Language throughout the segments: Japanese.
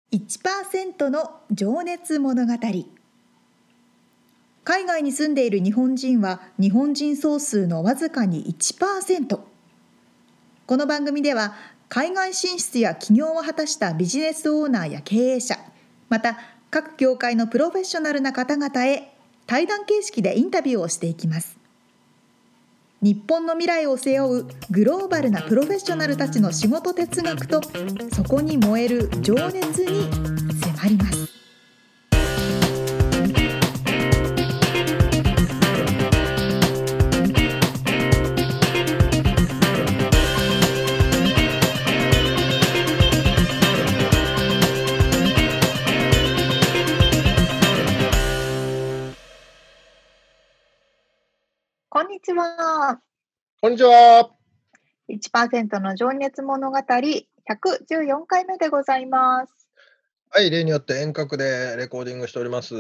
1% の情熱物語。海外に住んでいる日本人は日本人総数のわずかに 1%。この番組では海外進出や起業を果たしたビジネスオーナーや経営者、また各業界のプロフェッショナルな方々へ対談形式でインタビューをしていきます。日本の未来を背負うグローバルなプロフェッショナルたちの仕事哲学と、そこに燃える情熱に迫ります。こんにちは。 こんにちは。 1% の情熱物語114回目でございます。 はい、例によって遠隔でレコーディングしております。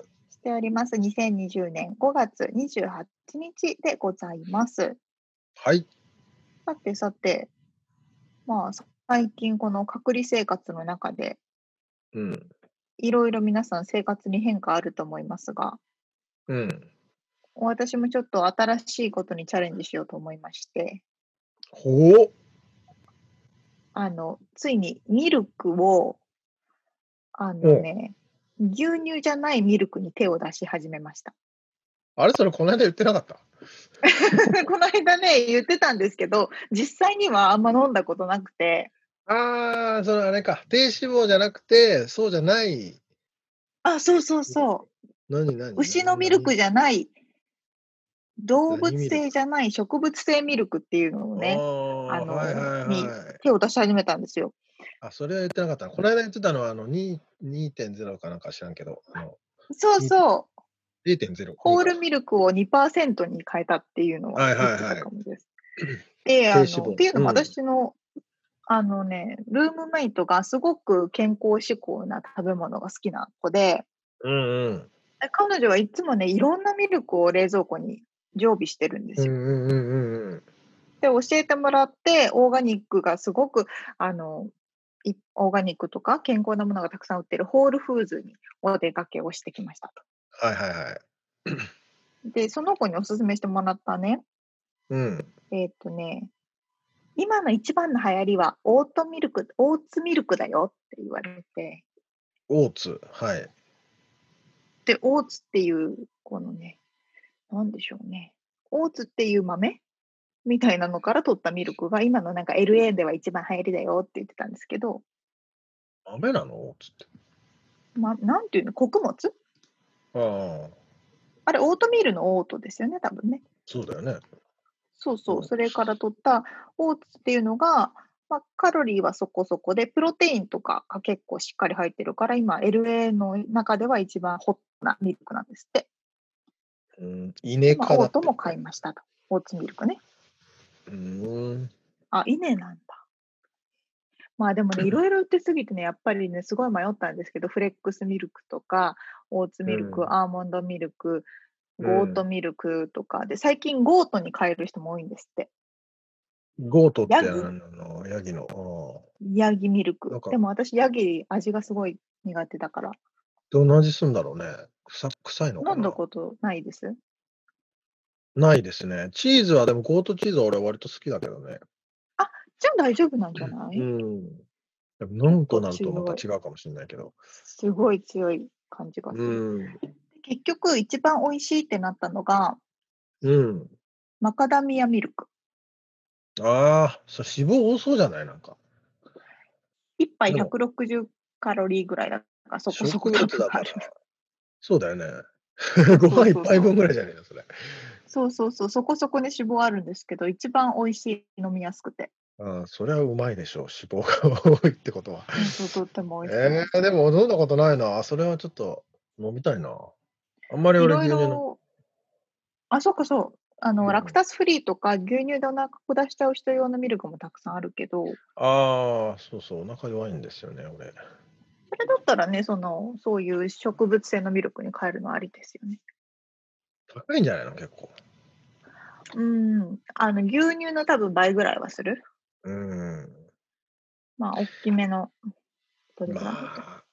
しております。2020年5月28日でございます。 はい。 さて、最近この隔離生活の中で、いろいろ皆さん生活に変化あると思いますが、私もちょっと新しいことにチャレンジしようと思いまして、 ほう。 ついにミルクを、牛乳じゃないミルクに手を出し始めました。 あれそれこの間言ってなかった？ この間ね、言ってたんですけど、実際にはあんま飲んだことなくて。 ああ、それあれか。低脂肪じゃなくて、そうじゃない。 そうそうそう。 何牛のミルクじゃない、動物ミルク。 性じゃない植物性ミルクっていうのをね、 はいはいにはい。 手を出し始めたんですよ。 それは言ってなかったな。この間言ってたのは2.0かなんか知らんけど、 そうそう。 0.0、 ホールか。 ミルクを 2% に変えたっていうのははい言ってはいはい。 たかもです。 低脂肪。 っていうのも私の、ルームメイトがすごく健康志向な食べ物が好きな子で、彼女はいつもね、いろんなミルクを冷蔵庫に常備してるんですよ。で、教えてもらって、オーガニックがすごく、オーガニックとか健康なものがたくさん売ってるホールフーズにお出かけをしてきましたと。 はいはいはい。 で、その子におすすめしてもらったね、今の一番の流行りはオーツミルクだよって言われて。 オーツ、はい。 で、オーツっていう、なんでしょうね。オーツっていう豆みたいなのから取ったミルクが今のなんか LA では一番流行りだよって言ってたんですけど。 豆なの？オーツって。 なんていうの、穀物？あれ、オートミールのオートですよね、多分ね。 そうだよね。 そうそう、それから取ったオーツっていうのが、カロリーはそこそこで、プロテインとかが結構しっかり入ってるから、今 LA の中では一番ホットなミルクなんですって。 イネ科だって。 オートも買いましたと。オーツミルクね。イネなんだ。でもね、いろいろ売ってすぎてね、やっぱりね、すごい迷ったんですけど、フレックスミルクとか、オーツミルク、アーモンドミルク、ゴートミルクとかで、最近ゴートに変える人も多いんですって。 ゴートってヤギの。 ヤギミルク。でも私、ヤギ味がすごい苦手だから。 どんな味すんだろうね。臭いのかな。 飲んだことないです？ ないですね。チーズはでもゴートチーズは俺割と好きだけどね。 じゃあ大丈夫なんじゃない？ でも飲むとなるとまた違うかもしれないけど。 すごい強い感じがする。結局、一番美味しいってなったのが、マカダミアミルク。 それ脂肪多そうじゃない？なんか。 1杯160カロリーぐらいだから、そこそこ多分ある。 そうだよね。ご飯1杯分ぐらいじゃねえの、それ。 そうそうそう、そこそこね脂肪あるんですけど、一番美味しい、飲みやすくて。 それはうまいでしょう、脂肪が多いってことは。 そう、とっても美味しい。 でも飲んだことないな。それはちょっと飲みたいな。あんまり俺牛乳の。 そうかそう。ラクタスフリーとか牛乳でお腹下しちゃう人用のミルクもたくさんあるけど。 そうそう、お腹弱いんですよね、俺。 それだったらね、そういう植物性のミルクに変えるのありですよね。 高いんじゃないの、結構。 牛乳の多分倍ぐらいはする。大きめの、どれぐらいだった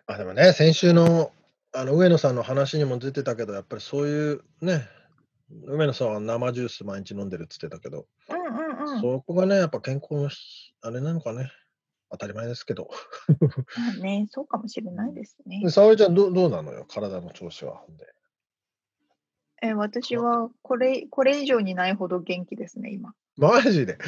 でもね、先週の上野さんの話にも出てたけど、やっぱりそういうね、梅野さんは生ジュース毎日飲んでるっつってたけど、 うんうんうん。 そこがね、やっぱ健康のあれなのかね。当たり前ですけど。 まあね、そうかもしれないうん。 ですね。 で、沙織ちゃんどうなのよ、体の調子は、ほんで。 私かはこれ以上にないほど元気ですね、今。 マジで？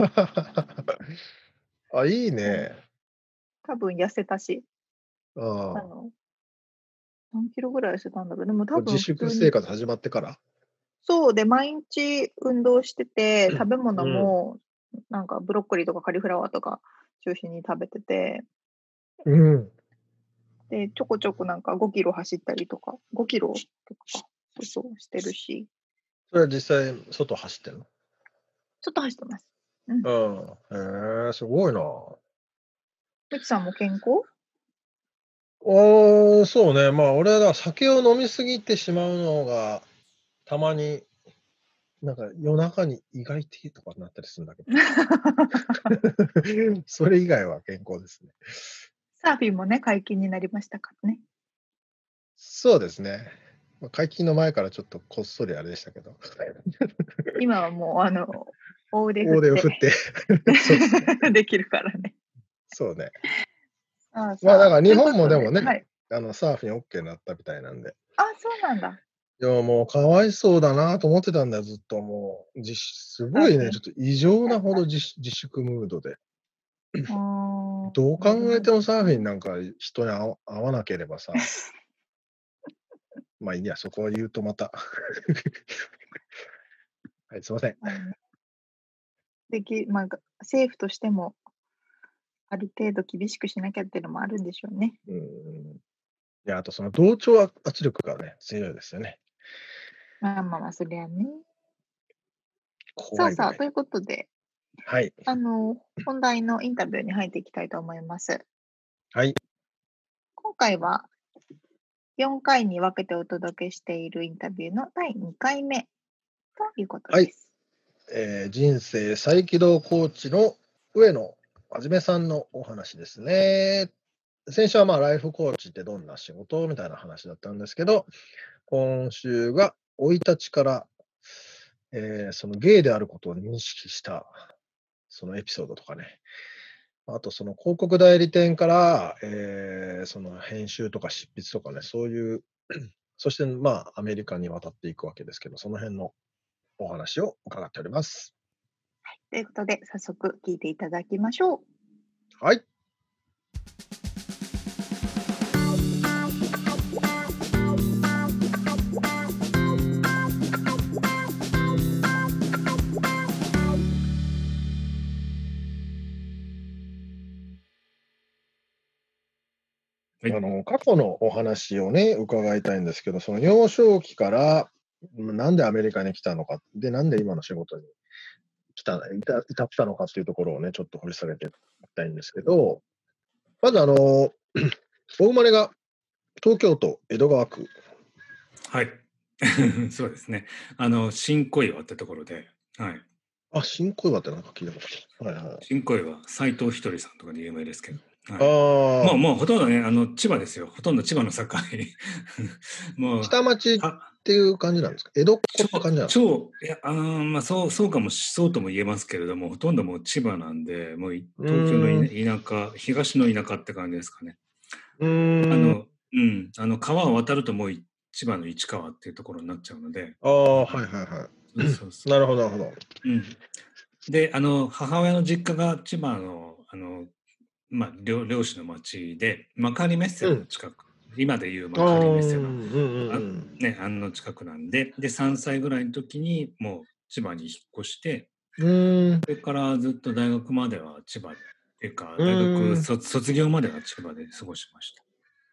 いいうん。 ね。 多分痩せたし、 ああ。 あの、何キロぐらい痩せたんだろう。でも多自分普粛通に生活始まってから？ そうで、毎日運動してて、食べ物うん。 もなんかブロッコリーとかカリフラワーとか中心に食べてて、 うん。 で、ちょこちょこなんか5キロ走ったりとか、5キロとかか、そうそうしてるし、 それは実際外走ってんの？ ちょっと走ってます。うん。 うん。へえ、すごいな。 みつさんも健康？ そうね、俺は酒を飲み過ぎてしまうのが、たまに、なんか夜中に胃が痛いとかなったりするんだけど。それ以外は健康ですね。 サーフィンもね、解禁になりましたからね。 そうですね。解禁の前からちょっとこっそりあれでしたけど。 今はもう大腕振っ大手を振っててそうですね。 できるからね。 そうね。 さあさあ、というだから日本ことで、 もでもね、 はい。 サーフィンオッケーになったみたいなんで。 あ、そうなんだ。 いや、もうかわいそうだなと思ってたんだよ、ずっともう。すごいね、ちょサーフィン。 っと異常なほど自粛ムードで。 ああ、 どう考なるほどえてもサーフィンね。 なんか人に会わなければさ、いいや、そこは言うとまた。はい、すいません。 まあね、まあ、政府としてもある程度厳しくしなきゃっていうのもあるんでしょうね。 うん。いや、あとその同調圧力がね、強いですよね。 まあまあまあ、そりゃね。さあさあ、 怖いぐらい。 ということで、 はい。 本題のインタビューに入っていきたいと思います。 はい。 今回は4回に分けてお届けしているインタビューの第2回目ということはい。 です。 人生再起動コーチの上野はじめさんのお話ですね。先週はライフコーチってどんな仕事みたいな話だったんですけど、今週が生い立ちから、そのゲイであることを認識した、そのエピソードとかね。あとその広告代理店から、その編集とか執筆とかね、そういう、そしてアメリカに渡っていくわけですけど、その辺のお話を伺っております。 ということで、早速聞いていただきましょう。 はい。 はい。 過去のお話をね、伺いたいんですけど、その幼少期から、なんでアメリカに来たのか、で、なんで今の仕事に至ったのかっていうところをね、ちょっと掘り下げていきたいんですけど、まずお生まれが東京都江戸川区。 はい。そうですね。新小岩ってところで、はい。 新小岩ってなんか聞いたことある。はいはい。 新小岩、斎藤ひとりさんとかで有名ですけど、はい。 ああ、 もうほとんどね、千葉ですよ。ほとんど千葉の境。もう、 下町っは、 ていう感じなんですか？江戸っ子って感じなんですか？ いや、そうとも言えますけれども、ほとんどもう千葉なんで、もうう東京のーん、 田舎、東の田舎って感じですかね。 うーん。 川を渡るともう千葉の市川っていうところになっちゃうので、 はいはい。 はいはそうそうい。 そなるほどなるほど。 う。うん。で、母親の実家が千葉の、漁師の町で、幕張メッセうん。 の近く、今でいうああ、う幕張メッセの、 んうんうん。 近くなんで、3歳ぐらいの時にもう千葉に引っ越して、 うーん、 それからずっと大学までは千葉で、っていうか、 う大学ーん。 卒業までは千葉で過ごしました。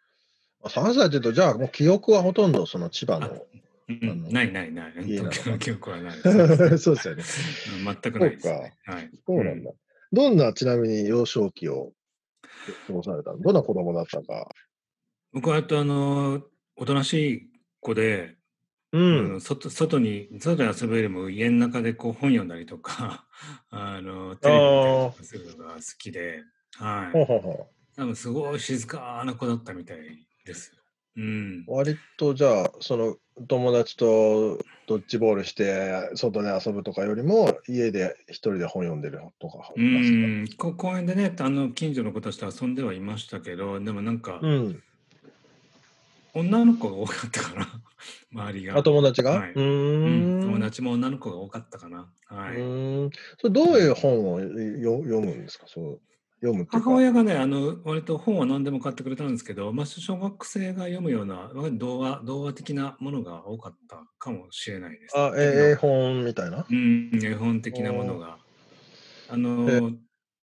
3歳っていうと、じゃあもう記憶はほとんどその千葉あ、 の、 ないないない。東京の家なのか。 記憶はない。そうですね。 そうですよね。 全くそうか、 ないですね。はい。 そうなんだ。どんなちなみに幼少期を過ごされたの？どんな子供だったか。 僕はおとなしい子で、 うん。 外で遊ぶよりも家の中でこう本読んだりとか、 あテレビ見たりとあ、 かするのが好きで、はい。 ほうほうほう。 多分すごい静かな子だったみたいですよ。うん。 割とじゃあ、その友達とドッジボールして外で遊ぶとかよりも、家で一人で本読んでるとかが好きだ。 公園でね、近所の子たちと遊んではいましたけど、でもなんか、 うん。 女の子が多かったかな、周りあ、 が。 友達がはい。友達も女の子が多かったかな。はい。 それどういううん。 本を読むんですか？読むっていうか。 母親がね、割と本は何でも買ってくれたんですけど、小学生が読むような、童話的なものが多かったかもしれないですね。 あ、絵本みたいな？ 絵本的なものが。あえ、 の、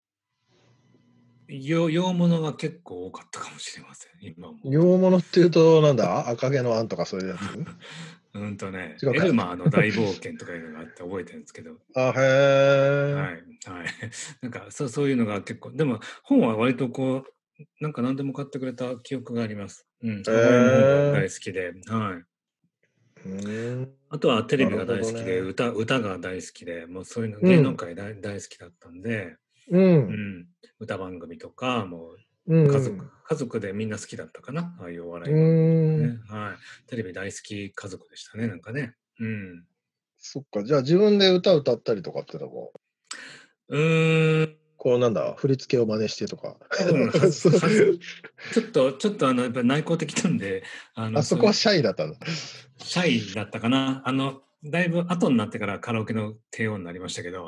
洋物が結構多かったかもしれません、今思うと。 洋物っていうと、なんだ？赤毛のアンとかそういうやつ？違うかい？ エルマーの大冒険とかいうのがあって覚えてるんですけど、 あ、へえ。 はい、はい。なんか、そういうのが結構、でも本は割とこう、なんか何でも買ってくれた記憶があります。 へ母親も本が大え。 好きで、はい。 うーん。 あとはテレビがなるほ大好きで、 どね。 歌が大好きで、もうそういうの、芸能うん。 界大好きだったんで、 うん。 うん、歌番組とか、もううん家族でみんな好きだったかな、ああいうお笑うい番組とかん。 ね。はい。テレビ大好き家族でしたね、なんかね。うん。 そっか、じゃあ自分で歌歌ったりとかってのも、 うーん、 こうなんだ、振り付けを真似してとか。 多分そう。 ちょっとやっぱり内向的なんで、 あそそういうこはシャイだったんだ。 シャイだったかな。だいぶ後になってからカラオケの帝王になりましたけど、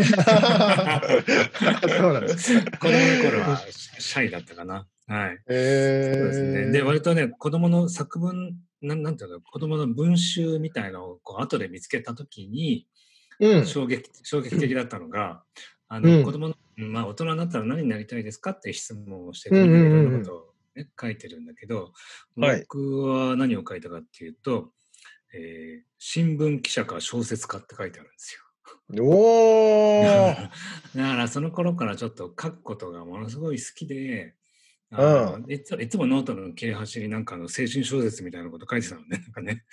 そうなんですか。 子供の頃はシャイだったかな。はい。そうですね。で、 え割とね、子供の作文、なんていうの、子供の文集みたいのをこう後で見つけたときに、 うん。 衝撃的だったのが、 うん。 子供の、まあ、大人になったら何になりたいですかっていう質問をしてて、 うんうんみんないろんなうんうん。 ことを、ね、書いてるんだけど、 はい。 僕は何を書いたかっていうと、新聞記者か小説家って書いてあるんですよ。 おお。 だからその頃からちょっと書くことがものすごい好きで、 うん。 いつもノートの切れ端になんか青春小説みたいなこと書いてたのね、なんかね。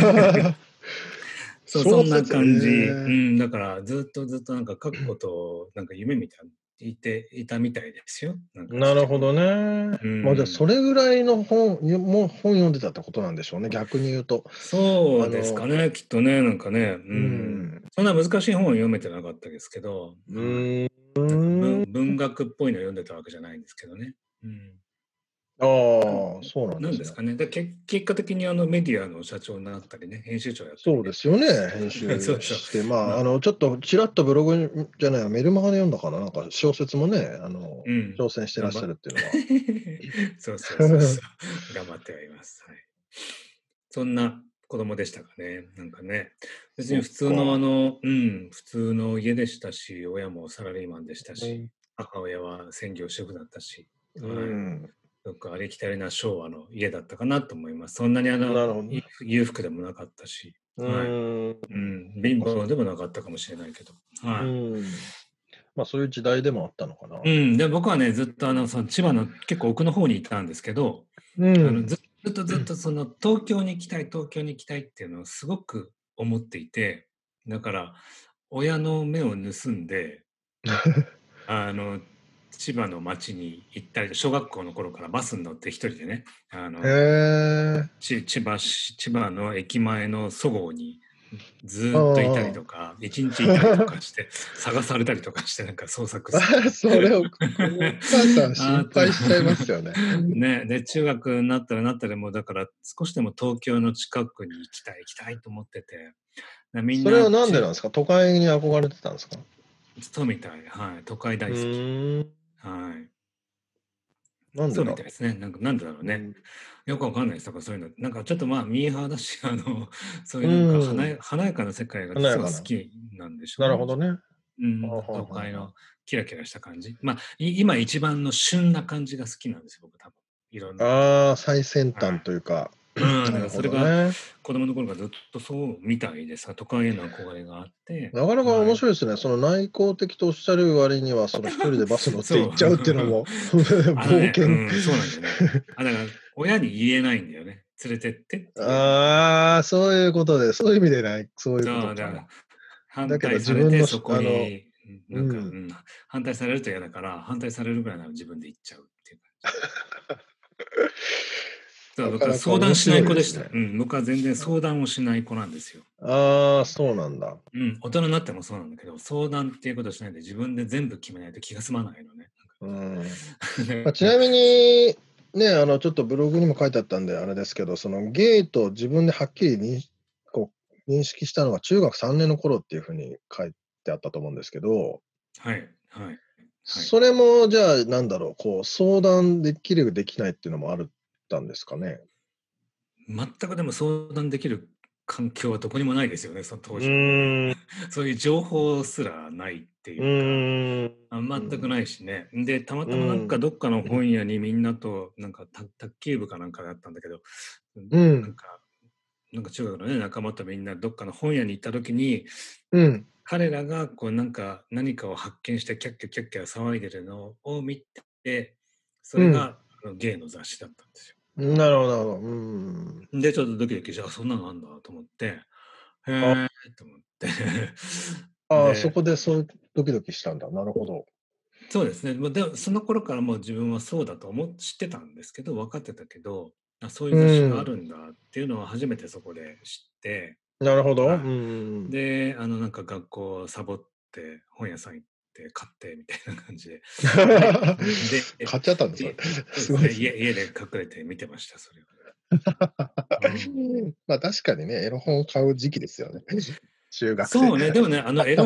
そう、そんな小説、 感じ。だからずっとなんか書くことをなんか夢見ていたみたいですよ。なんかちっちゃい頃。 なるほどね。ま、じゃ、それぐらいの本読んでたってことなんでしょうね、逆に言うと。 そうですあのかね、きっとね、なんかね、 ん。 そんな難しい本は読めてなかったですけど、 うはい。 ーなんかん。 文学っぽいのを読んでたわけじゃないんですけどね。 ああ、そうなんですね。 なんですかね。結果的にメディアの社長になったりね、編集長やったりそうね。 ですよね、編そうそう。 集して、まあ、 まあ、 ちょっとちらっとブログにじゃないや、メルマガで読んだかな、なんか小説もね、 うん。 挑戦してらっしゃるっていうのは。 そう。頑張ってはいます。はい。そんな子供でしたかね。なんかね。別にそっか。 普通の家でしたし、親もサラリーマンでしたし、 うん。 母親は専業主婦だったし、 うはい。 ん。 よくありきたりな昭和の家だったかなと思います。そんなになるほどね。 裕福でもなかったし、 うはい。 ーん。そっかそっか。 貧乏でもなかったかもしれないけど、 うはい。 ん。ま、そういう時代でもあったのかな。 で、僕はね、ずっとその千葉の結構奥の方にいたんですけど、 うん。 ずっとその東京に行きたいっていうのをすごく思っていて、だから親の目を盗んで、あの、千葉の町に行ったり、小学校の頃からバスに乗って一人でね、 へえ。 千葉の駅前のそごうにずあーっといたりあ。 とか、一日いたりとかして、探されたりとかして、なんか捜索ああ、 して。 それをお母さん心あと、 配しちゃいますよね。 ね、で、中学になったらもうだから少しでも東京の近くに行きたいと思ってて、みんそれはななんでなんですか？都会に憧れてたんですか？ そうみたい、はい、都会大う好き。 ーん、 はい。そうなんでだろみたいですね。なんでだろうう。うね。 ん。 よくわかんないです。だからそういうの。なんかちょっとまあミーハーだし、そういううなんかん、 華やかな世界が実は華やかな。 好きなんでしょうね。 なるほどね。はあはあ都はあはあ。 会のキラキラした感じ。まあ、今一番の旬な感じが好きなんですよ、僕多分。いろんなことが。 ああ、最先端はい。 というか。 だからなるほそれがどね。 子供の頃からずっとそうみたいでさ、都会への憧れがあって、 なかなかはい。 面白いですね。その内向的とおっしゃる割には、その一人でバス乗ってそう。 行っちゃうっていうのも冒険。 そうなんだよね。だから親に言えないんだよね。連れてってって言えないんだよね。 ああ、そういうことで、そういう意味でそういうことそう、だからか。だ反けど対されて、 自分のそこに、 うん。 反対されると嫌だから、反対されるぐらいなら自分で行っちゃうっていう感そう、僕はなかなか相談しない面白い子でした。 ですね。 僕は全然相談をしない子なんですよ。 ああ、そうなんだ。 大人になってもそうなんだけど、相談っていうことをしないで自分で全部決めないと気が済まないのね。 うん。 だからちなみに、ね、ちょっとブログにも書いてあったんで、あれですけど、そのゲイと自分ではっきりこう認識したのが中学3年の頃っていうふうに書いてあったと思うんですけど、 はい、はい、はい。 それもじゃあ、なんだろう、こう相談できる、できないっていうのもあったんですかね？ 全くでも相談できる環境はどこにもないですよね、そのう当時はね。 ーん、 そういう情報すらないってういうか、 ーん、 全くないしね。で、たまたまなんかうん、 どっかの本屋にみんなとなんか卓球部かなんかだったんだけど、 うん、 なんか中学のね、仲間とみんなどっかの本屋に行った時に、 うん。 彼らがこうなんか何かを発見してキャッキャキャッキャ騒いでるのを見て、そうん。 れがゲイの雑誌だったんですよ。 なるほどなるほど。 で、ちょっとドキドキして、あ、そんなのあんだと思って、へあ、 えと思って。 ああ、そで、 こでそうドキドキしたんだ。なるほど。 そうですね。でもその頃からもう自分はそうだと知ってたんですけど、分かってたけど、あ、そういうう雑誌があん、 るんだっていうのは初めてそこで知って、 なるほど。 はい。で、なんか学校サボって本屋さん行って買ってみたいな感じで。で、 買っちゃったんだ、それ。 そうですね。 すごいですね。 家で隠れて見てました、それを。うん。 まあ、確かにね、エロ本を買う時期ですよね。中学生。 そうね、でもね、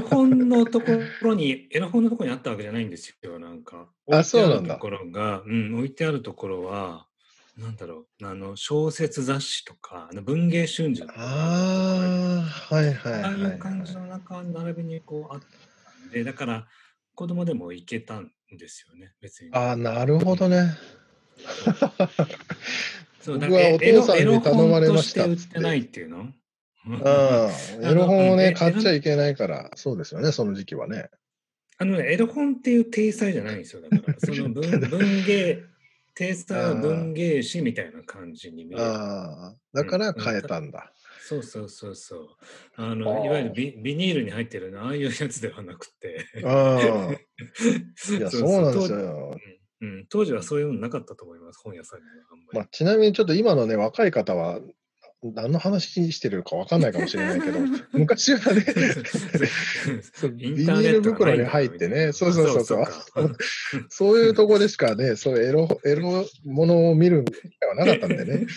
エロ本のところにあったわけじゃないんですよ、なんか。置あ、 いてそうなんだ。 あるところが、置いてあるところは、なんだろう、小説雑誌とか、文芸春秋とかあるところ、 ああ、はいはいああいうはいはい。 感じの中、並びにこうあったんで、だから、子供でも行けたんですよね、別にね。 ああ、なるうん、 ほどね。 そう。そう、 僕はお父さエロんに頼ま本とれましたっして売ってなつって。 いっていうの。 ああ、エロ本をね、買っエロちゃいけないから、そうですよね、その時期はね。 エロ本っていう体裁じゃないんですよ。だから、その体裁はあ文芸誌みたいな感じに見あ、 える。 ああ、だからうん。 変えたんだ。 そうそうそうそう。 あいわゆるあ、 ビニールに入ってるの、ああいうやつではなくて。 ああ、いや、 そうそう。 そうなんですよ。 当時はそういうのなかったと思います。本屋さんにはあんままあ、 り。 ちなみにちょっと今のね、若い方は、何の話してるかわかんないかもしれないけど、昔はね、そう、 インビニールターネットがな袋にいんだよ、 入ってね、 みたいな。 そうあ、そう、 そうそうそう、 そっか。 そういうとこでしかね、そういうエロものを見る機会はなかったんでね。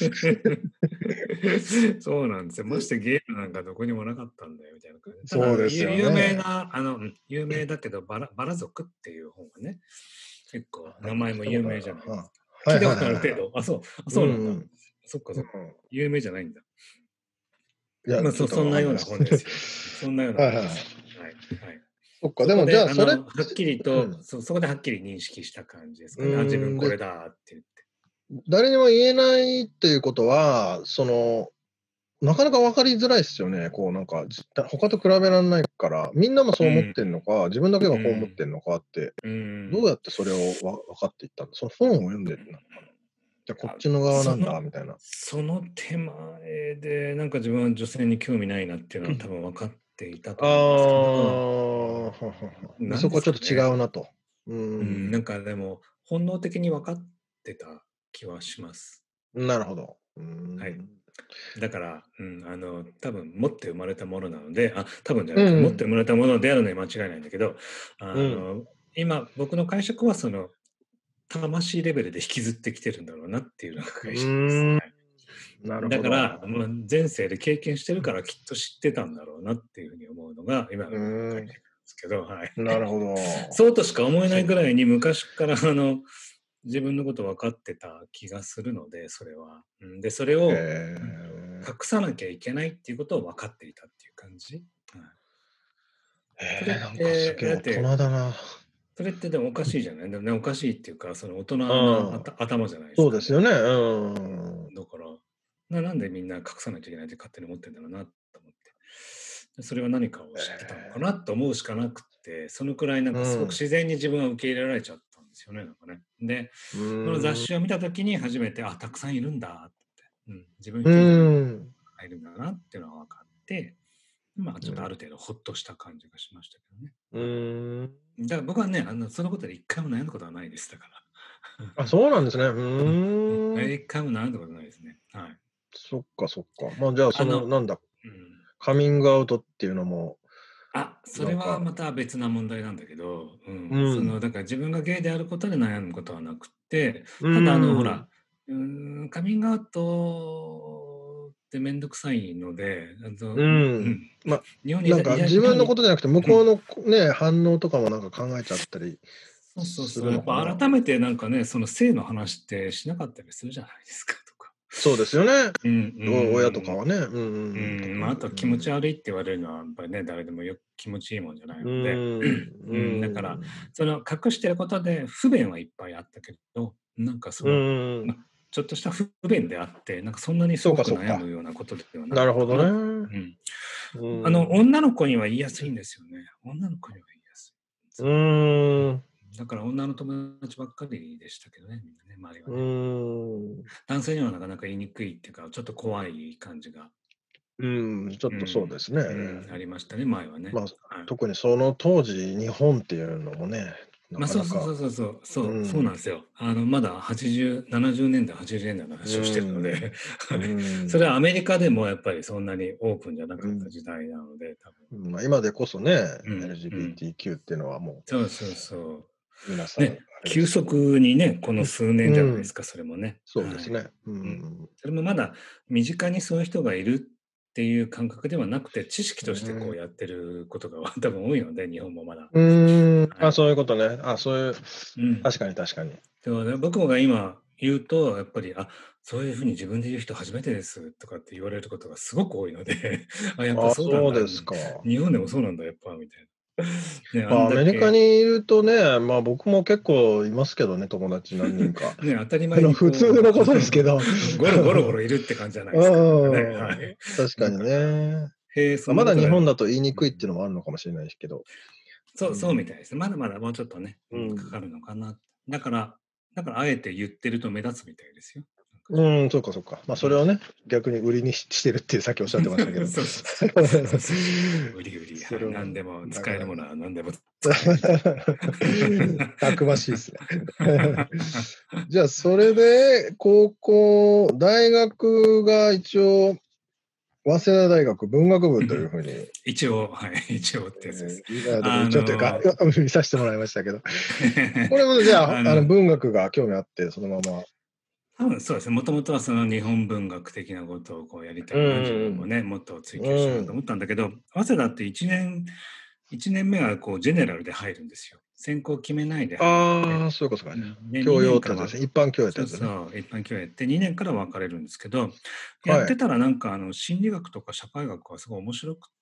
そうなんですよ。ましてゲームなんかどこにもなかったんだよみたいな感じ。ただ、 そうですよ有名ね。 な、有名だけどバラ族っていう本はね、結構なんか聞い名前もたことある有名じゃないですか。 な。はいはい聞いたことあるはいはい。 程度。あ、そう、あ、 うんそうなんだ。 うん。 そっかそっか。 うん。 有名じゃないんだ。 いや、 まあ、 ちょっとそんなようなわかんないです。 本ですよ。そんなようなはいはいはい。 本ですよ。はい。はい。 そっか、でもじゃそこで、 あそれはっきりと、 うん。 そこではっきり認識した感じですかね。あ、自分で、 これだって言って。 誰にも言えないっていうことは、なかなか分かりづらいっすよね。こうなんか、他と比べらんないから、みんなもそう思っうん。 てんのか、自分だけがこう思っうん。 てんのかって、 うどうん。 やってそれを分かっていったんだ？その本を読んでなのかな？じゃ、こっあ、 ちの側なんだみたいな。 その手前で、なんか自分は女性に興味ないなっていうのは多分分かっていたとあ思うんですけど、 あ、はは。で、 なんでそこはちょっと違すかね。 うなと。 なんかでも、本能的に分かってた気はします。 なるほど。 はい。だから、多分持って生まれたものなので、多分じゃないか、持ってうん、 生まれたものであるのに間違いないんだけど、 うん。 今、僕の解釈は魂レベルで引きずってきてるんだろうなっていうのがう解釈です。 ーん、 はい。 なるほど。 だから、前世で経験してるからきっと知ってたんだろうなっていうふうに思うのが今のう僕のーん、 解釈ですけど、はい。 なるほど。 そうとしか思えないぐそらいに昔から自分のこと分かってた気がするので、それは。で、それへを、 え。 隠さなきゃいけないっていうことを分かっていたっていう感じ。はい。それっなんかすて、 げえ大だって、 人だな。 それってでもおかしいじゃない。でもね、おかしいっていうか、その大人うなん、 頭じゃないですか。 そうですよね。うん。 だから、なんでみんな隠さないといけないって勝手に思ってんだろうなと思って。でそれは何かを知ってたのかなと思うしかなくて、そのくらいなんかすごくうん。 自然に自分は受け入れられちゃったんですよね、なんかね。で、 うその雑ーん。 誌を見たときに初めて、たくさんいるんだって、自分う一人じゃなくてーん。 いるんだなっていうのが分かって、ちょっとあうん。 る程度ほっとした感じがしましたけどね。 うはい。 ーん。 だから僕はね、そのことで一回も悩んだことはないです。だから。 あ、そうなんですね。 噛むなんてことないですね。はい。 そっかそっか。まあ、じゃあ、 あの、 なんだ、 うん。 カミングアウトっていうのも、 それなんか、 はまた別な問題なんだけど、 うん、 だから自分がゲイであることで悩むことはなくて、 うただほん、 ら、カミングアウトってめんどくさいので、 うん。ま、 日本になんか自分のことじゃなくて、向こうのね、反応とかもなんか考えちゃったりそうそうすそう。やっるのかな。 ぱ改めてなんかね、その性の話ってしなかったりするじゃないですかとか。 そうですよね。 うん、 親とかはね。特に。 あと気持ち悪いって言われるのはやっぱりね、誰でも気持ちいいもんじゃないので、だから、その隠してることで不便はいっぱいあったけど、なんかその、ま、ちょっとした不便であって、なんかそんなにすそうごくかそうか。 悩むようなことではななるほどかったかな。 ね。 女の子には言いやすいんですよね。女の子には言いやすい。 うそう。 ーん。 だから女の友達ばっかりでしたけどね、みんなね、周りはうね。 ーん。 男性にはなかなか言いにくいっていうか、ちょっと怖い感じが、 ちょっとそうですね。 ありましたね、前はね。 まあ、 はい。 特にその当時、日本っていうのもね、なかそうそうなか、 そうそうそう、そううん、 なんですよ。まだ80、70年代、80年代のう話をしてるので、 ん、うそれはん、 アメリカでもやっぱりそんなにオープンじゃなかったうん。 時代なので、多分。 まあ、今でこそね、 うん。 LGBTQ っていうのはもそうそうそう皆さう。 んあね、急れですけど。 速にね、この数年うん、 じゃないですか、それもね。はい。 そうですね。 それもまだ身近にそういう人がいるっていう感覚ではなくて、知識としてこうやってることが多分多いので、日本もまだ。はそうい。 いうことね。そういう、 うん。 確かに確かに。 そうね、僕が今言うと、やっぱり、そういうふうに自分で言う人初めてですとかって言われることがすごく多いので、やっぱそうなんだ。 そうですか。 日本でもそうなんだ、やっぱ、みたいな。ね、あまあ、 んアメリカだけ、 にいるとね、まあ、僕も結構いますけどね、友達何人か。 ね、当たり前に普通このことですけど。 う、ゴロゴロいるって感じじゃないですか、なんかね。はい。 確かにだから、 ね。 へえ、そんなまだことが、 日本だと言いにくいっていうのもあるのかもしれないですけど。 そうみたいです。まだまだもうちょっとね、かかうん。 るのかな。だから、あえて言ってると目立つみたいですよ。なんかそうかそうか。まあ、 うん。 それをね、逆に売りにしてるってさっきおっしゃってましたけど。 そうそうそう。そうそう。はい。 それは何でもなかなか。 使えるものは何でも使えるみたいたくましいですね。 な。 じゃあ、それで、大学が一応、早稲田大学文学部というふうに、 一応、はい。一応ってやつです。 でもあ一応というか、 の、 見させてもらいましたけど。これもじゃあ、 あの、 文学が興味あって、そのまま。 多分そうですね。もともとはその日本文学的なことをこうやりたういな、自分んもね、もっと追求したいなとうん。 思ったんだけど、早稲田って一年目はこうジェネラルで入るんですよ。専攻決めないで入って、 そういうことかね。 で、 教 2年からは、 養ってやつですね。一般教養ってそうやつね。 そう、一般教養やって2年から分かれるんですけど、やっはい。 てたらなんか心理学とか社会学はすごい面白くって、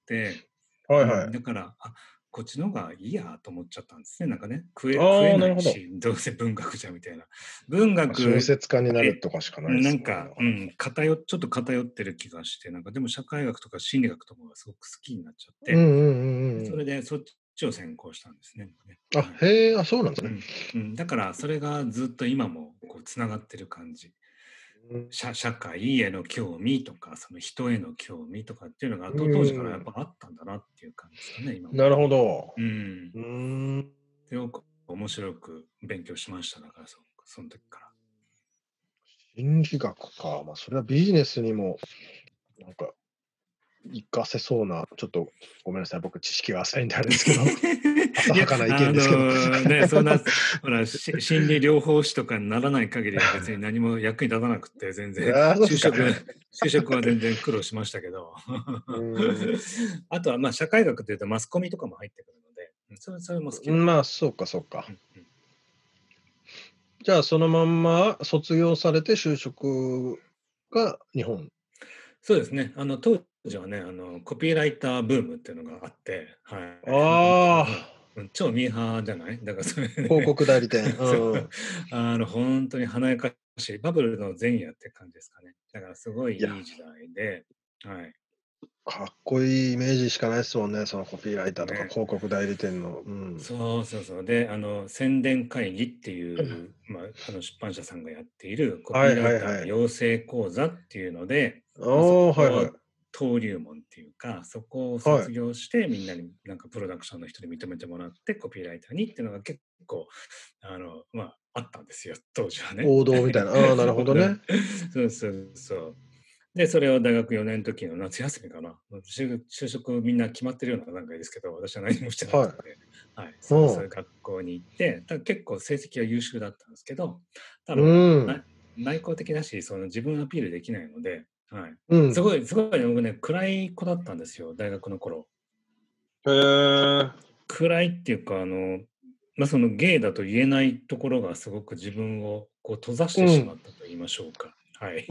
はいはい。 だから、こっちの方がいいやと思っちゃったんですね。なんかね、食えなるほど。 ないし、どうせ文学じゃみたいな。文まあ、小学説家になるで、 とかしかないですもんね、 なんか、 なかなか。 ちょっと偏ってる気がして、なんかでも社会学とか心理学とかがすごく好きになっちゃって、でそれでそっちを専攻したんですね。はい。 へえ、そうなんですね。 だからそれがずっと今もこうつながってる感じ。社会への興味とか、その人への興味とかっていうのが当時からやっぱあったんだなっていう感じですかね、今思なるうと。 ほど。 うん。 うーん。 すごく面白く勉強しました。だからその時から。 心理学か。まあ、それはビジネスにも、なんか、活かせそうな、ちょっとごめんなさい、僕知識が浅いんであれですけど、浅いや、 はかな意見ですけど。 ね、そんな、ほら、心理療法士とかにならない限りは別に何も役に立たなくて、全然、 そうですか。 就職は全然苦労しましたけど。あとは、まあ、社会学というとマスコミとかも入ってくるので、それも好きだった。 まあ、そうかそうか。 うんうんじゃあ、そのまんま卒業されて就職が日本。 そうですね。当時はね、コピーライターブームっていうのがあって、はい。 ああ、 ほら、超ミーハーじゃないだからそれで広ね、 告代理店。 そう、本当に華やかしい、バブルの前夜って感じですかね。だからすごいいや、 いい時代で、はい。 かっこいいイメージしかないですもんね、そのコピーライターとかね。 広告代理店の。 そうそうそう。で、宣伝会議っていう、まあ、出版社さんがやっているコはいピーライターはいはい。 養成講座っていうので、まあ、そはいはい。 こを登竜門っていうか、そこをはい。 卒業してみんなになんかプロダクションの人に認めてもらってコピーライターにっていうのが結構、まあ、 あったんですよ、当時はね。 王道みたいな。ああ、なるほどね。 そうそうそう。で、それを大学4年の時の夏休みかな。就職みんな決まってるような段階ですけど、私は何もしてなくはい。 て、はい、そういううん。 学校に行って、結構成績は優秀だったんですけど、ただ、 うん。 内向的だし、その自分アピールできないので、はい、 うん。 すごい、僕ね、暗い子だったんですよ、大学の頃。 へえ。 暗いっていうか、そのゲイだと言えないところがすごく自分をこう閉ざしてしまうん。 ったと言いましょうか。はい。 うん。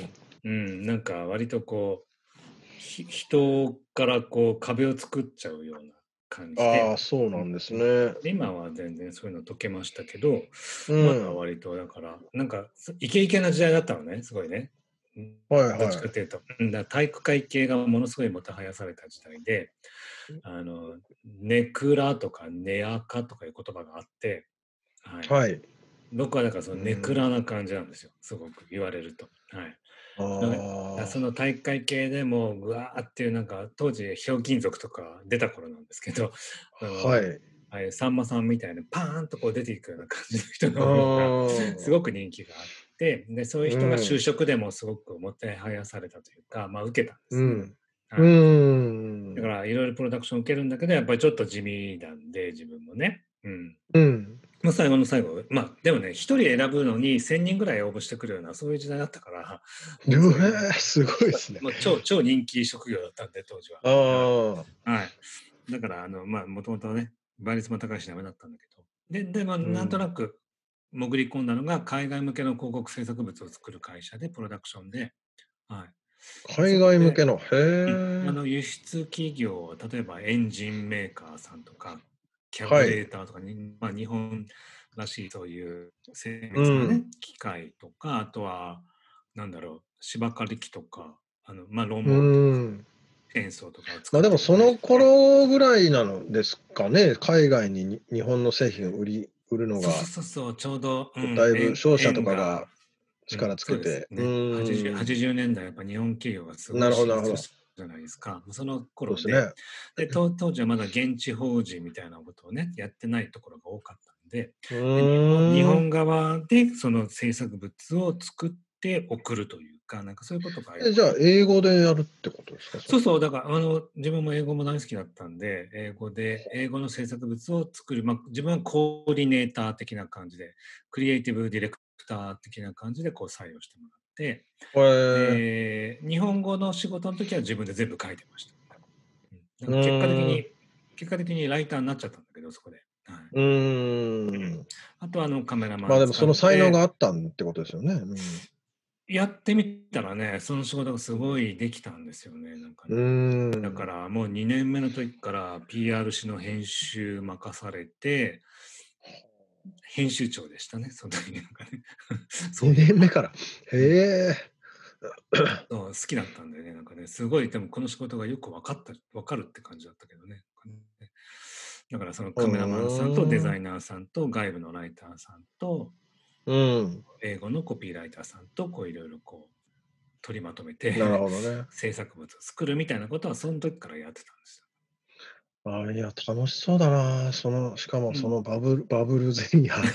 うん、なんか割とこう、人からこう壁を作っちゃうような感じで、 ああ、そううんなんですうんね。 で今は全然そういうの解けましたけど、まだうん。 割とだから、なんかイケイケな時代だったのね、すごいね。 はいどっちはい。 かというと、だから体育会系がものすごいもてはやされた時代で、ネクラとかネアカとかいう言葉があって、はい。 はい。 僕はだからそのネクうん。 ラな感じなんですよ。すごく言われると。はい。そあの体育会系でもぐわーっていうなんか当時ひょうきん族とか出た頃なんですけど、そあ、はのい。 はい、さんまさんみたいなパーンとこう出ていくような感じの人あの方がすあ、 ごく人気があって、で、そういうう人が就ん。 職でもすごくもてはやされたというか、まあ受けたんですね。 うん。うはい。だかん。 らいろいろプロダクション受けるんだけど、やっぱりちょっと地味なんで、自分もね。うん。 うん。 まあ最後の最後、まあでもね、一人選ぶのに1000人ぐらい応募してくるような、そういう時代だったから、ものすごい、 ええ、すごいですね。 もう超人気職業だったんで、当時は。 あはい。 あ、 はい。だから、まあ、もともとね、倍率も高いしダメだったんだけど。でも、なんとうん。 なく潜り込んだのが、海外向けの広告制作物を作る会社で、プロダクションで、はい。で、 海そこで、 外向けの。へえ。 輸出企業、例えばエンジンメーカーさんとか、キャブはい。 レーターとかに、まあ、日本らしいそういう精う密なね、 ん。 機械とか、あとは、なんだろう、芝刈り機とか、まあ、ロンうモーとか、 ん。 チェーンソーとかをま、でも作ってるその会社で、 頃ぐらいなのですかね、海外に日本の製品を売るのそうそうが、 そうそう、ちょうど、 だいぶ商社と円が、 かが力つそうですけて、 ね。80年代、やっぱ日本企業がすごなるほどい進なるほど。 出したじゃないですか。その頃で、 そうですね。 当時はまだ現地法人みたいなことをね、やってないところが多かったんで、 う日ーん。 本側でその制作物を作って送るというか、なんかそういうことがよじゃあ、 くあって、 英語でやるってことですか？それ。 そうそう、だから自分も英語も大好きだったんで、英語の制作物を作る、まあ、自分はコーディネーター的な感じで、クリエイティブディレクター的な感じでこう採用してもらって、 へえ。 で、日本語の仕事の時は自分で全部書いてました。だうからーん。 結果的にライターになっちゃったんだけど、そこで。はい。 うーん。 あとはカメラマまあ、でもン使っその才能がて、 あったってことですよね。うん。 やってみたらね、その仕事がすごいできたんですよね、なんかうね。 ーだかん。 らもう2年目の時から PR 誌の編集任されて、編集長でしたね、その時なんかね。そういえ 2 ば。 年目から。 うん。 へえ。 そう、好きだったんだよね、なんかね。すごい、でもこの仕事がよく分かるって感じだったけどね。だからそのうカメラマンさんとデーん。 ザイナーさんと外部のライターさんとうん。 英語のコピーライターさんとこういろいろこう取りまとめてなるほどね。 制作物を作るみたいなことはその時からやってたんですああ、いや、楽しそうだな。しかもよ。うん。 そのバブル前夜。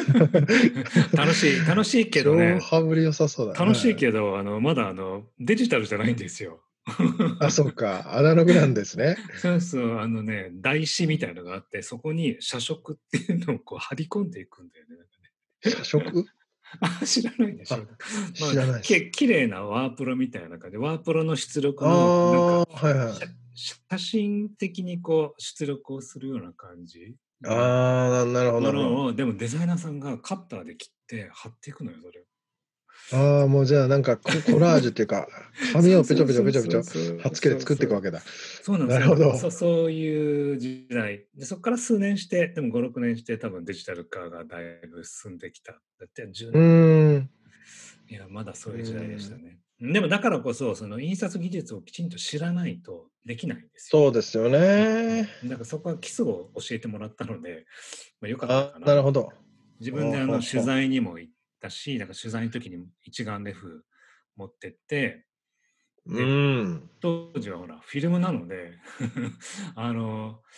楽しいけど超ね、 羽振り良さそうだ。 楽しいはい。 けど、まだデジタルじゃないんですよ。 あ、そっか、アナログなんですね。 そうそう、台紙みたいのがあって、そこに写植っていうのをこう貼り込んでいくんだよね。なんか社食？ あ、知らないでしあ、 ょ。まあ、 知らないです。 綺麗なワープロみたいな感じで、ワープロの出力あの、なんか、 あ、はいはい。 写真的にこう出力をするような感じのああ、なるほどなるほど。 ものを、でもデザイナーさんがカッターで切って貼っていくのよ、それを。 ああ、もうじゃあなんかコラージュっていうか、紙そうをペチョペチョそうそうペチョペチョそうそう貼っつけて作っそうそう。 ていくわけだ。 そうなの、 なそうなの。 るほど。 そういう時代。で、そこから数年して、でも5、6年して多分デジタル化がだいぶ進んできた。だって10 う年ぐらい。 ーん。 いや、まだうそういう時代でしたーん。 ね。でもだからこそ、その印刷技術をきちんと知らないとできないんですよ。 そうですよね。 だからそこは基礎を教えてもらったので、まあ、良かったああ、 かなって。 なるほど。 自分でほうほう取ほう。 材にも行ったし、だから取材の時に一眼レフ持ってって、 うで、 ーん。 当時はほら、フィルムなのであの、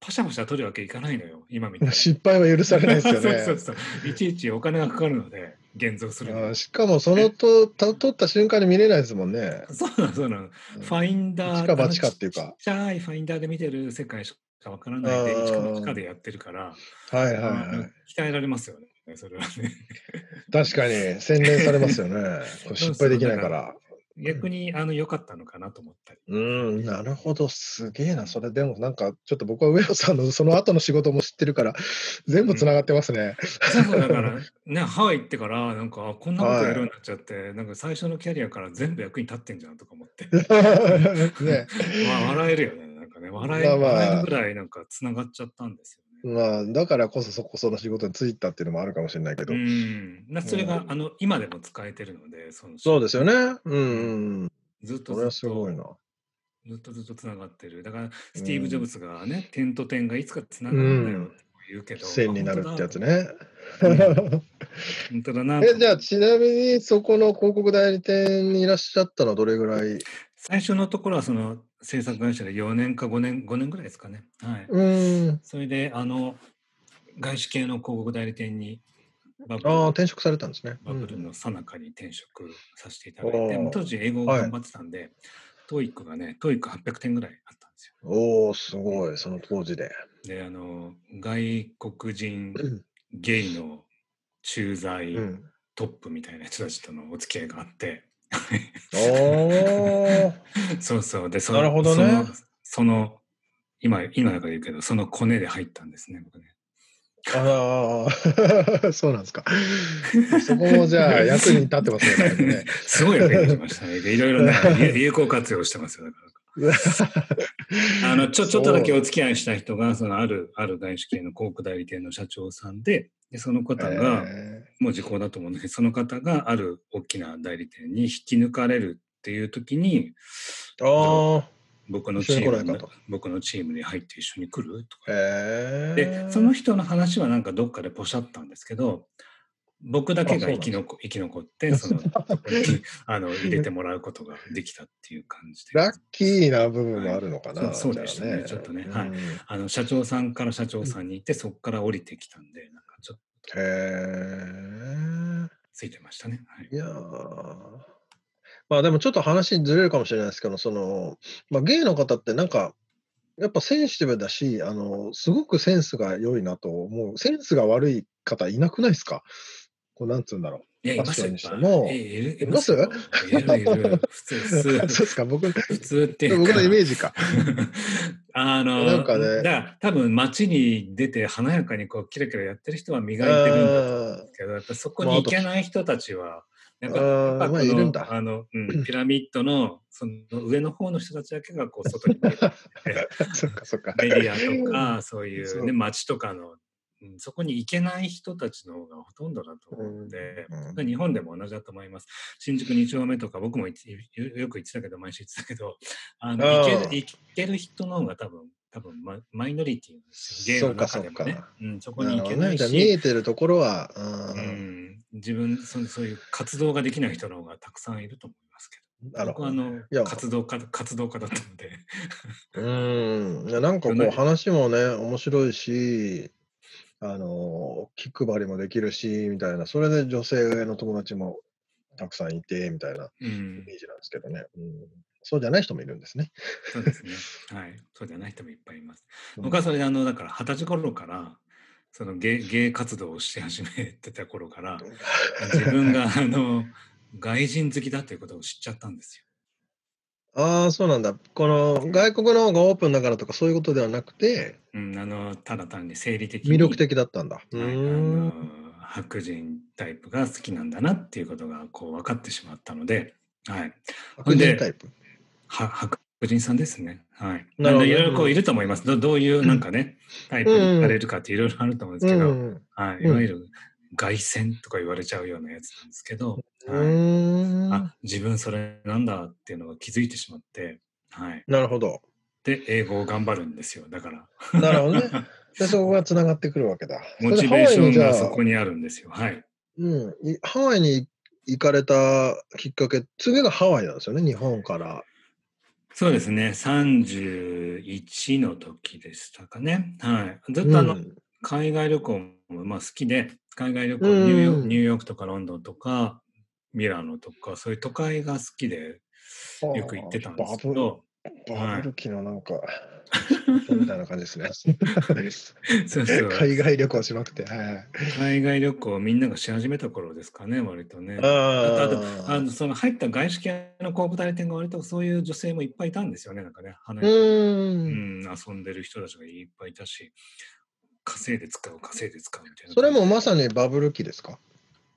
パシャパシャ取るわけいかないのよ、今みたいに。 失敗は許されないですよね。 そうそうそう。いちいちお金がかかるので、現像するのに。 しかも撮った瞬間に見れないですもんね。 そうなの。ファインダー、 一か八かっていうか。 ちっちゃいファインダーで見てる世界しかわからないで、一か八かでやってるから、 はいはいはい。 鍛えられますよね、それはね。 確かに洗練されますよね。失敗できないから。 逆に良かったのかなと思ったり。 なるほど、すげえな。それでもなんか、ちょっと僕は上野さんのその後の仕事も知ってるから、全部つながってますね。 そうだからね、ハワイ行ってからなんかこんなことやるようになっちゃって、なんか最初のキャリアから全部役に立ってんじゃんとか思って。 ね、 笑えるよね。なんかね、笑えるぐらいなんかつながっちゃったんですよね。 だからこそその仕事に就いたっていうのもあるかもしれないけど。 それが今でも使えてるので、 そうですよね。 ずっとそれはすごいな。 ずっとつながってる。だからスティーブ・ジョブズがね、点と点がいつかつながるんだよって言うけど、 線になるってやつね。 本当だな。 じゃあちなみにそこの広告代理店にいらっしゃったのはどれぐらい？ 最初のところはその制作会社で4年か5年ぐらいですかね。はい。それで外資系の広告代理店に転職されたんですね。 バブルの最中に転職させていただいて、当時英語を頑張ってたんで、TOEIC がね、TOEIC800 点ぐらいあったんですよ。 おー、すごい、その当時で。 で、外国人ゲイの駐在トップみたいな人たちとのお付き合いがあって。そうそう。で、 なるほどね。 今だから言うけど、そのコネで入ったんですね、僕ね。 そうなんですか。そこもじゃあ役に立ってますね。 すごい役に立ちましたね。いろいろね、有効活用してますよ。だからちょっとだけお付き合いした人が、ある外資系の広告代理店の社長さんで、その方が、もう時効だと思うんだけど、その方がある大きな代理店に引き抜かれるっていう時に、僕のチームに入って一緒に来るとか。で、その人の話はなんかどっかでポシャったんですけど、僕だけが生き残って、そこに入れてもらうことができたっていう感じで。 ラッキーな部分もあるのかな。 そうでしたね、ちょっとね。はい。社長さんから社長さんに行って、そこから降りてきたんで、なんかちょっと。ついてましたね。はい。 いやまあでもちょっと話ずれるかもしれないですけど、ゲイの方ってなんか、やっぱセンシティブだし、すごくセンスが良いなと思う。センスが悪い方いなくないですか？なんつうんだろう。 いや、いますよ。 にしても。 いますいる？ 普通。 そうですか、僕って僕のイメージか。 なんかね。だから多分街に出て華やかにキラキラやってる人は磨いてるんだと思うんですけど、やっぱそこに行けない人たちは、やっぱいるんだ。 ピラミッドのその上の方の人たちだけが外に出てそっか。 メディアとかそういうね街とかのそこに行けない人たちの方がほとんどだと思うので、日本でも同じだと思います。新宿2丁目とか僕もよく言ってたけど、毎週言ってたけど、行ける人の方が多分マイノリティなんですよ。ゲイの中でもね。そこに行けないし。 見えてるところは、 自分そういう活動ができない人の方がたくさんいると思いますけど。僕は活動家だったので。なんか話もね、面白いし、気配りもできるし、みたいな、それで女性の友達もたくさんいて、みたいなイメージなんですけどね。そうじゃない人もいるんですね。 そうですね。はい。そうじゃない人もいっぱいいます。僕はそれでだから20歳頃から、ゲイ活動をし始めてた頃から、自分が外人好きだということを知っちゃったんですよ。 そうなんだ。この外国の方がオープンだからとかそういうことではなくて、 ただ単に生理的に魅力的だったんだ。 白人タイプが好きなんだなっていうことが分かってしまったので、はい。 白人タイプ？ 白人さんですね。はい。いろいろいると思います。どういうなんかね、タイプに行かれるかっていろいろあると思うんですけど、はい。いわゆる凱旋とか言われちゃうようなやつなんですけど、自分それなんだっていうのが気づいてしまって、はい。 なるほど。 で、英語を頑張るんですよ。だから。 なるほどね。で、そこがつながってくるわけだ。 モチベーションがそこにあるんですよ。はい。 ハワイに行かれたきっかけ、次がハワイなんですよね、日本から。 そうですね、31の時でしたかね。はい。ずっうとん。 海外旅行も好きで、海外旅う行、ニューん。 ヨークとかロンドンとか、ミラノとか、そういう都会が好きで、 あよく行ってたんであ、 すけど、 バブはル期のなんか、象徴みたいな感じですね。 い。そうそう。 海外旅行しまくって。はいはい。 海外旅行をみんながし始めた頃ですかね、割とね。あと、 ああ、 その入った外資系の広告代理店が割とそういう女性もいっぱいいたんですよね、なんかね、華うやかに、 ーん。 遊んでる人たちがいっぱいいたし、稼いで使う、稼いで使うみたいなそれ感じで。 もまさにバブル期ですか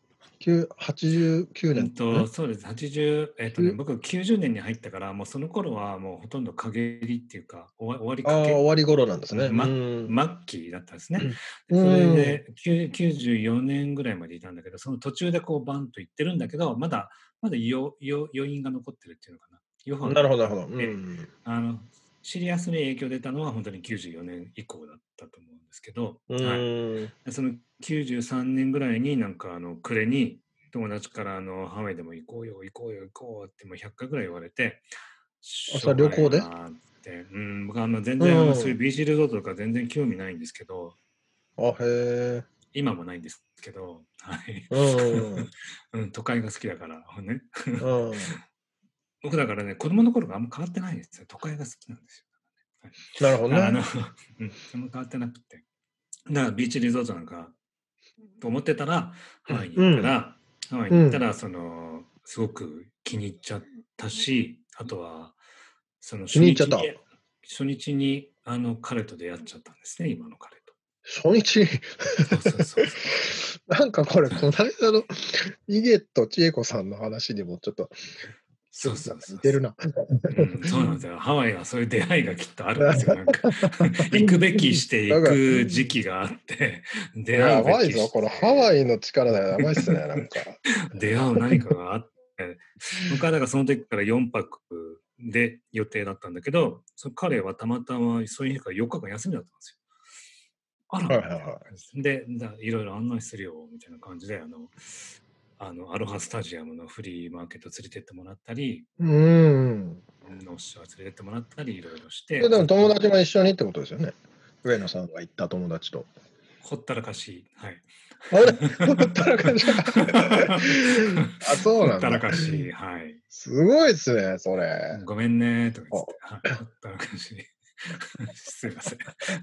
？89年、 そうです。80、 9 僕90年に入ったから、もうその頃はもうほとんど陰りっていうか、終わりああ、 かけ、 終わり頃なんですね。ううんーん。 末期だったんですね。でうそれーん。 で94年ぐらいまでいたんだけど、その途中でこうバンと行ってるんだけど、まだ余韻が残ってるっていうのかな。余波がなるほどなるほど。うあって、 ん。 シリアスに影響出たのは本当に94年以降だったと思うんですけど、 うはい。 ーん。 でその93年ぐらいになんか暮れに友達からハワイでも行こうよ行こうよ行こうってもう100回ぐらい言われて、 あ、それしょうがねえ旅行で？ なって、僕全う然そういうん。 ビーチリゾートとか全然興味ないんですけど、 あ、へえ。 今もないんですけど、はい。 うん。 都会が好きだからね。 うん。 僕だからね、子供の頃があんま変わってないんですよ。都会が好きなんですよ。はい、 なるほどだからね。 あんま変わってなくて。だからビーチリゾートなんかと思ってたら、ハワイにうん。うん。 行ったら、すごく気に入っちゃったし、あとは、その気に入っちゃった。 初日に彼と出会っちゃったんですね、今の彼と。 初日にそうそうそうそう。 なんかこれ、この間のイゲと千恵子さんの話にもちょっとなんかそうそうそう似てるな。 そうなんですよ。ハワイはそういう出会いがきっとあるんですよ。なんか行くべきして行なんか、 く時期があって、 これ出会うべやばいぞ。 きしこれハワて、 イの力だよ。やばいっすね、なんか。 出会う何かがあって、僕はだからその時から4泊で予定だったんだけど、彼はたまたまそういう日から4日間休みだったんですよ。あらはいみたいなはいはい。 感じで、いろいろ案内するよみたいな感じで、アロハスタジアムのフリーマーケット連れてってもらったり、 うーん。 ノースショア連れてってもらったり、いろいろして、 でもずっと友達も一緒にってことですよね。上野さんが行った友達と。 ほったらかし、はい。 あれほったらかし。あ、そうほったらなんだ。 かし、はい。 すごいっすね、それ。 ごめんねとか言って、 あはい、ほったらかし。すいません。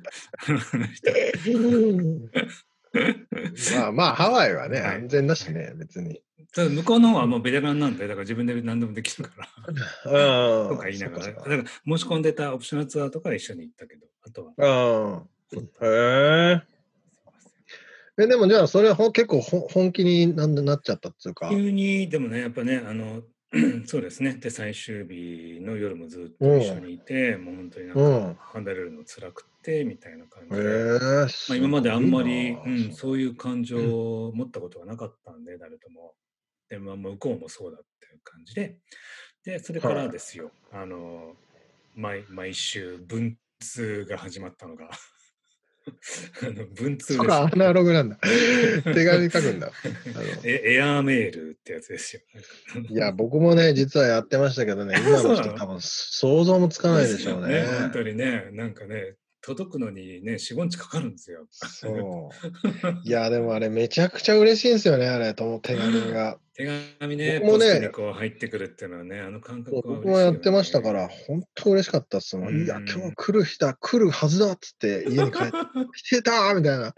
まあまあ、ハワイはね、 はい。 安全だしはい。 ね、別に。 ただ向こうの方はもうベテランなんで、だから自分で何でもできるから。とかうん、 言いながら、だそっかそっか。 から申し込んでたオプショナルツアーとかは一緒に行ったけど、あとはうん。 ほったらかし。 へえ。 すいません。 でもじゃあ、それは結構本気になっちゃったっていうか。 急に、でもね、やっぱね、そうですね。で、最終日の夜もずっうん、 と一緒にいて、もう本当になんかうん。 離れるの辛くて、みたいな感へじで、 え、す今まであんごいなまり、 あ、そそういう感情を持ったことがなかったんで、誰とも。で、向こうもそうだっていう感じで、で、それれ。 からはい。 ですよ、毎週文通が始まったのが文通そらアですよ。 ナログなんだ。手紙書くんだ。 エアーメールってやつですよ。 いや、僕もね、実はやってましたけどね、今のそうなの人多分想像もつかないでしょうね、本ね。 当にね、なんかね、届くのにね、4、5日かかるんですよ。 そう。いや、でもあれめちゃくちゃ嬉しいんですよね、あれ、手紙が。 手紙ね、ポストに僕もね、 こう入ってくるっていうのはね、あの感そう覚は僕もやって嬉しいよね。 ましたから、本当嬉しかったっすうもん。いや、今日ん。 来る日だ、来るはずだっつって家に帰って、来てたーみたいな。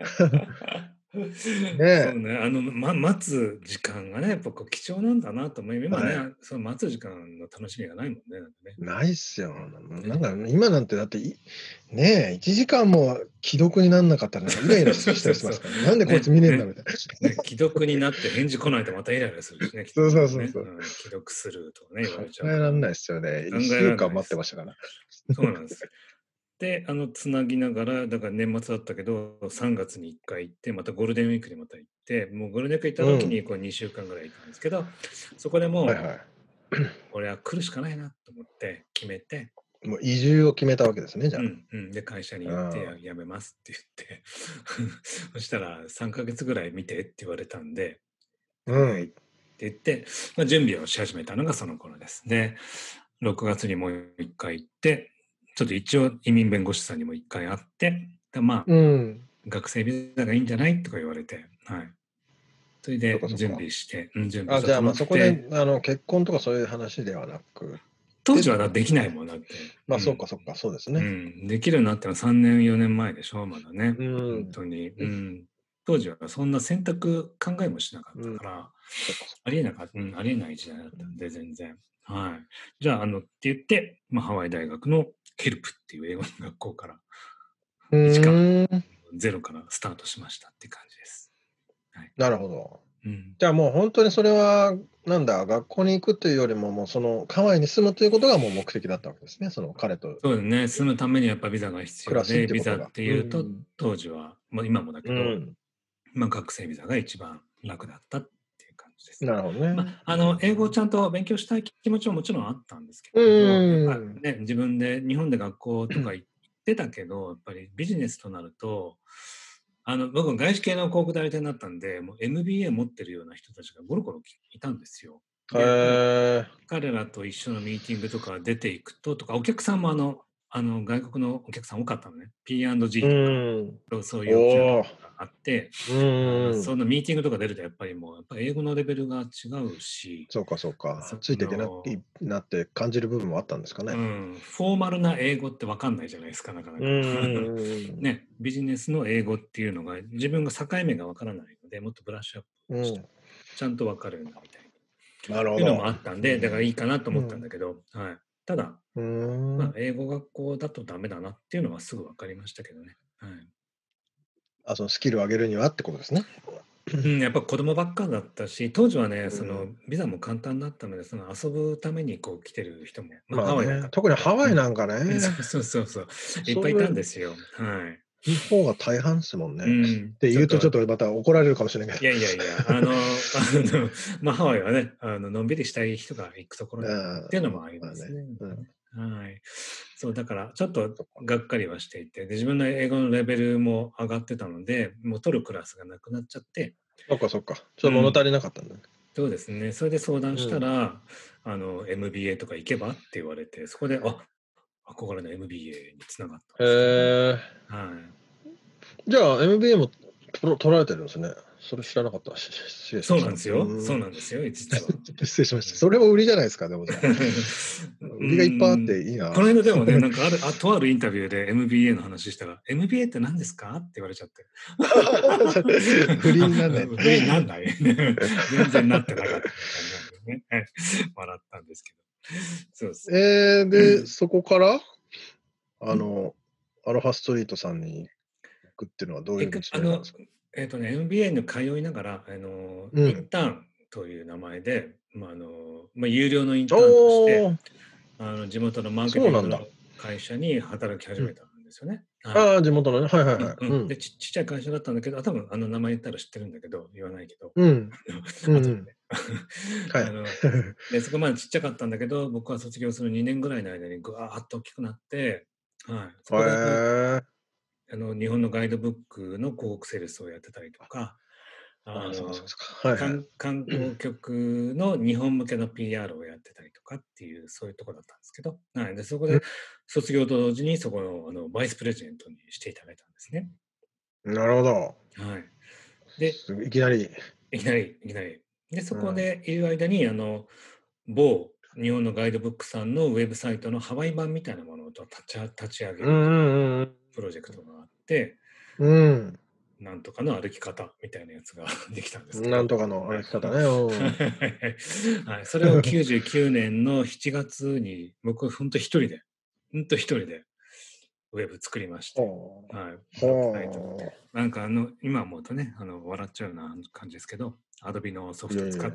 ねえ。 そうね、待つ時間がね、やっぱこう貴重なんだなと思う。今ね、 はい。 その待つ時間の楽しみがないもんね、なんかね。 ないっすよ。なんね。 か今なんてだってねえ、1時間も既読になんなかったらなんかイライラそうしたそうそう。 りしますから、なんでこいつね、 見ねえんだみたいな。 ね、既読になって返事来ないとまたイライラするしね、きっそうとね。 そうそうそう。 既読するとかね、言わ考れちゃうから。 えらんないっすよね。 考え 1週間られないです。 待ってましたから。 そうなんです。で、つなぎながら、だから年末だったけど、3月に1回行って、またゴールデンウィークにまた行って、もうゴールデンウィーク行ったうん。 時にこう2週間ぐらいいたんですけど、そこでもう、 はいはい。 これは来るしかないなと思って決めて、 もう移住を決めたわけですね、じゃで、会社に言ってあ。 辞めますって言ってそしたら3ヶ月ぐらい見てって言われたんで、 うん。 はいって言って、準備をし始めたのがその頃です。で、 6月にもう一回行って、ちょっと一応移民弁護士さんにも一回会って、まあ、学生ビザがいいんじゃないとか言われて、はい。それで準備して、準備じゃあまあそこで整結婚とかそういう話ではなく、 当時はできないもんだって。 まあそうかそうですね。 できるようになったのは3年4年前でしょ、まだね。本当に。当時はそんな選択考えもしなかったから、ありえない時代だったんで、全然。はい。じゃあ、って言って、ハワイ大学のケルプっていう英語の学校から、一からゼロからスタートしましたって感じです。はい、 なるほど。じゃあもう本当にそれは、学校に行くというよりも、もうそのハワイに住むということがもう目的だったわけですね、その彼と。 そうですね、住むためにやっぱビザが必要で、ビザっていうと、当時は、今もだけど、学生ビザが一番楽だったっていう感じです。 なるほどね。 英語をちゃんと勉強したい気持ちはもちろんあったんですけど、やっぱりね、自分で日本で学校とか行ってたけど、やっぱりビジネスとなると、僕、外資系の広告代理店になったんで、もう MBA 持ってるような人たちがゴロゴロいたんですよ。で、彼らと一緒のミーティングとか出ていくと、お客さんも外国のお客さん多かったのね。P&G とか、そういう企業があって、そのミーティングとか出るとやっぱり英語のレベルが違うし。 そうか。ついていけなくなって感じる部分もあったんですかね。 フォーマルな英語って分かんないじゃないですか、なかなか。ね、ビジネスの英語っていうのが自分が境目が分からないので、もっとブラッシュアップして、ちゃんと分かるようになりたい。っていうのもあったんで、だからいいかなと思ったんだけど、はい。ただ、英語学校だとダメだなっていうのはすぐ分かりましたけどね。はい。 そのスキルを上げるにはってことですね。 やっぱ子供ばっかだったし、当時はね、ビザも簡単だったので、遊ぶために来てる人も、ハワイなんか、 特にハワイなんかね。 そう。いっぱいいたんですよ。はい。 の方が大半ですもんね。って言うとちょっとまた怒られるかもしれないけど。 いや、ハワイはね、のんびりしたい人が行くところっていうのもありますね。はい。そう、だからちょっとがっかりはしていて、で、自分の英語のレベルも上がってたので、もう取るクラスがなくなっちゃって。 そっか。ちょっと物足りなかったんだね。 そうですね。それで相談したら、MBA とか行けばって言われて、そこで、憧れの MBA につながったんですけど。はい。 じゃあ MBA も取られてるんですね。それ知らなかった。 そうなんですよ。実は。 失礼しました。それも売りじゃないですか、でもじゃあ。売りがいっぱいあっていいな。 この間でもね、なんかとあるインタビューで MBA の話したら、MBA って何ですかって言われちゃって。 フリーになんない。 フリーになんない全然なってなかった感じなんでね。笑ったんですけど。そうです。 で、そこから、アロハストリートさんに行くっていうのはどういう道のりなんですか ？MBA に通いながら、インターンという名前で、有料のインターンとして、地元のマーケティングの会社に働き始めたんですよね。 地元のね。はい。 で、ちっちゃい会社だったんだけど、多分名前言ったら知ってるんだけど、言わないけど。で、そこまでちっちゃかったんだけど、僕は卒業する2年ぐらいの間にぐわーっと大きくなって、そこで日本のガイドブックの広告セールスをやってたりとか、観光局の日本向けの PR をやってたりとかっていう、そういうところだったんですけど、でそこで卒業と同時にそこのバイスプレジデントにしていただいたんですね。 なるほど。 はい。で、 いきなり。 で、そこでいる間に、某日本のガイドブックさんのウェブサイトのハワイ版みたいなものを立ち上げるプロジェクトがあって、なんとかの歩き方みたいなやつができたんですけど。 なんとかの歩き方ね。 はい、それを99年の7月に僕ほんと一人でウェブ作りまして、なんか今思うとね、笑っちゃうような感じですけど、Adobe のソフトを使って、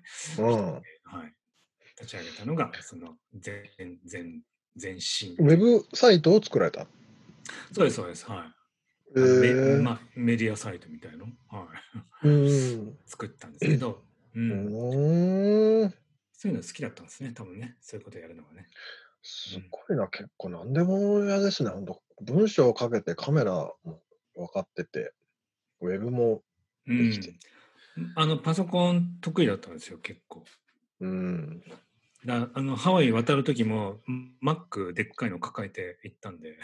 立ち上げたのがその前身。 ウェブサイトを作られた？ そうです。はい。メディアサイトみたいの、作ったんですけど、そういうの好きだったんですね、多分ね、そういうことやるのがね。 すごいな、結構何でも嫌ですね、本当。文章をかけてカメラも分かってて、ウェブもできて。 パソコン得意だったんですよ、結構。 ハワイ渡る時も、マックでっかいの抱えて行ったんで、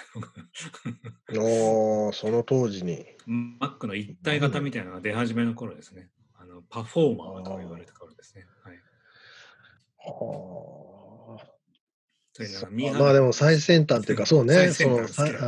その当時に。 マックの一体型みたいなのが出始めの頃ですね。パフォーマーとか言われた頃ですね。はい。 はあ。 というのがまあでも最先端っていうか、そうね。 最先端ですけど。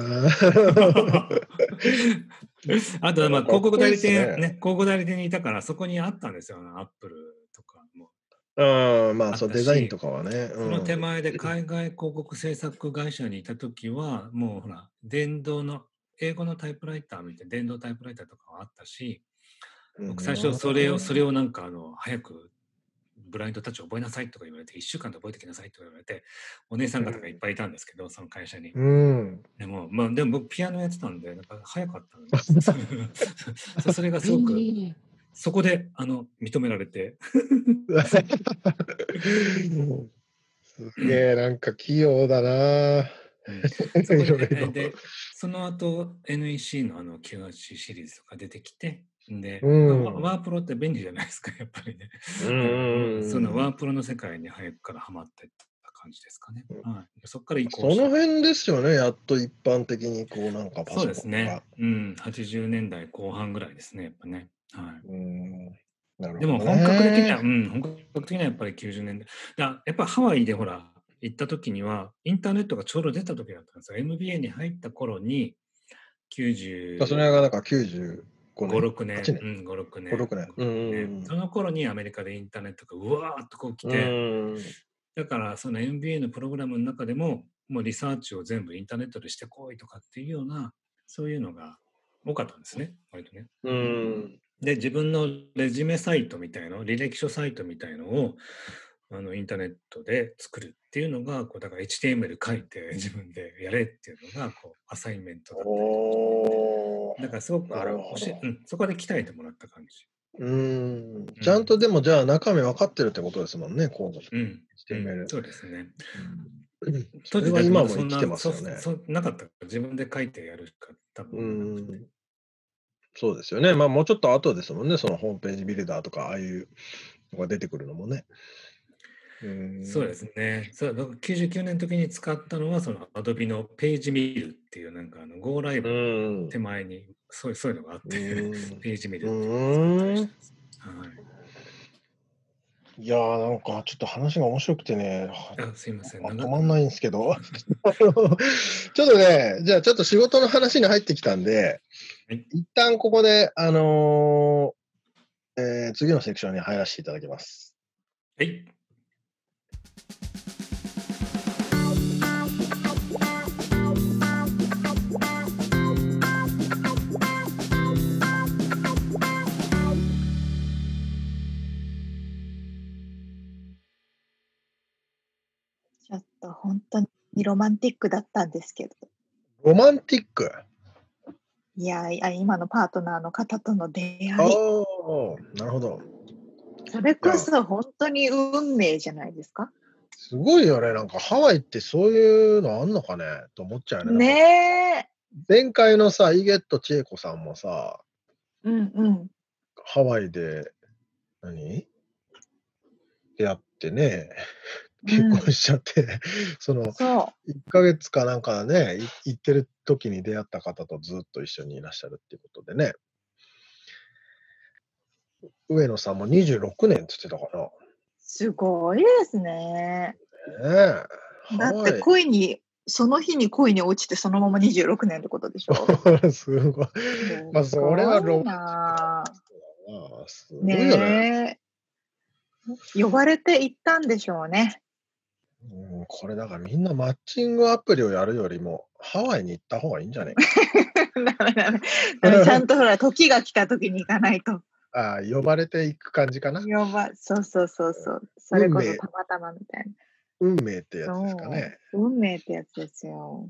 あとはまあ広告代理店、ね、広告代理店にいたから、そこにあったんですよ。アップルとかも。 まあそう、デザインとかはね。 その手前で海外広告制作会社にいたときは、もうほら、電動の、英語のタイプライターみたいな、電動タイプライターとかはあったし、僕最初それをなんか早くブラインドタッチを覚えなさいとか言われて、1週間で覚えてきなさいとか言われて、お姉さん方がいっぱいいたんですけど、その会社に。でも僕ピアノやってたんで、なんか早かったんで、それがすごく、そこで認められて。 すげえ、なんか器用だな。 その後 NEC の98シリーズとか出てきて、で、ワープロって便利じゃないですか、やっぱりね。そのワープロの世界に早くからハマってった感じですかね。はい、そこから移行して。 その辺ですよね、やっと一般的にこうなんかパソコンが。 そうですね。80年代後半ぐらいですね、やっぱね。はい。でも本格的には、やっぱり90年代。やっぱハワイでほら、行った時には、インターネットがちょうど出た時だったんですよ。MBA に入った頃に、90。 それがなんか95年。 5、6年。 5、6 年。その頃にアメリカでインターネットがうわーっとこう来て、だからその MBA のプログラムの中でも、もうリサーチを全部インターネットでしてこいとかっていうような、そういうのが多かったんですね、割とね。で、自分のレジュメサイトみたいな、履歴書サイトみたいのをインターネットで作るっていうのが、だから HTML 書いて自分でやれっていうのがアサインメントだったりとか。だからすごくそこで鍛えてもらった感じ。 ちゃんとでもじゃあ中身分かってるってことですもんね、こう。 HTML。そうですね。 それは今も生きてますよね。 なかったから自分で書いてやるしか多分。 そうですよね。まあもうちょっと後ですもんね、そのホームページビルダーとか、ああいうのが出てくるのもね。 そうですね。99年の時に使ったのは、その Adobe のページミルっていう、なんかGo Live の手前にそういうのがあって、ページミルっていうのを作ったりしてます。 いやー、なんかちょっと話が面白くてね、 すいません。 止まんないんですけど、ちょっとね、じゃあちょっと仕事の話に入ってきたんで、一旦ここで、次のセクションに入らせていただきます。 はい。 ちょっと本当にロマンティックだったんですけど。 ロマンティック？ いや、今のパートナーの方との出会い。 なるほど。 それこそ本当に運命じゃないですか？ すごいよね。なんかハワイってそういうのあんのかねと思っちゃうよね。 ねえ。 前回のさ、イゲット千恵子さんもさ、ハワイで、出会ってね、結婚しちゃって、1ヶ月かなんかね、行ってる時に出会った方とずっと一緒にいらっしゃるっていうことでね。上野さんも26年って言ってたかな。 すごいですね。だってその日に恋に落ちてそのまま26年ってことでしょ？ すごい。まあそれはロマンチックだな。すごいよね。 呼ばれて行ったんでしょうね。 これだからみんなマッチングアプリをやるよりもハワイに行った方がいいんじゃないか。 ちゃんとほら時が来た時に行かないと。 呼ばれていく感じかな。 そう。それこそたまたまみたいな。 運命ってやつですかね。 運命ってやつですよ。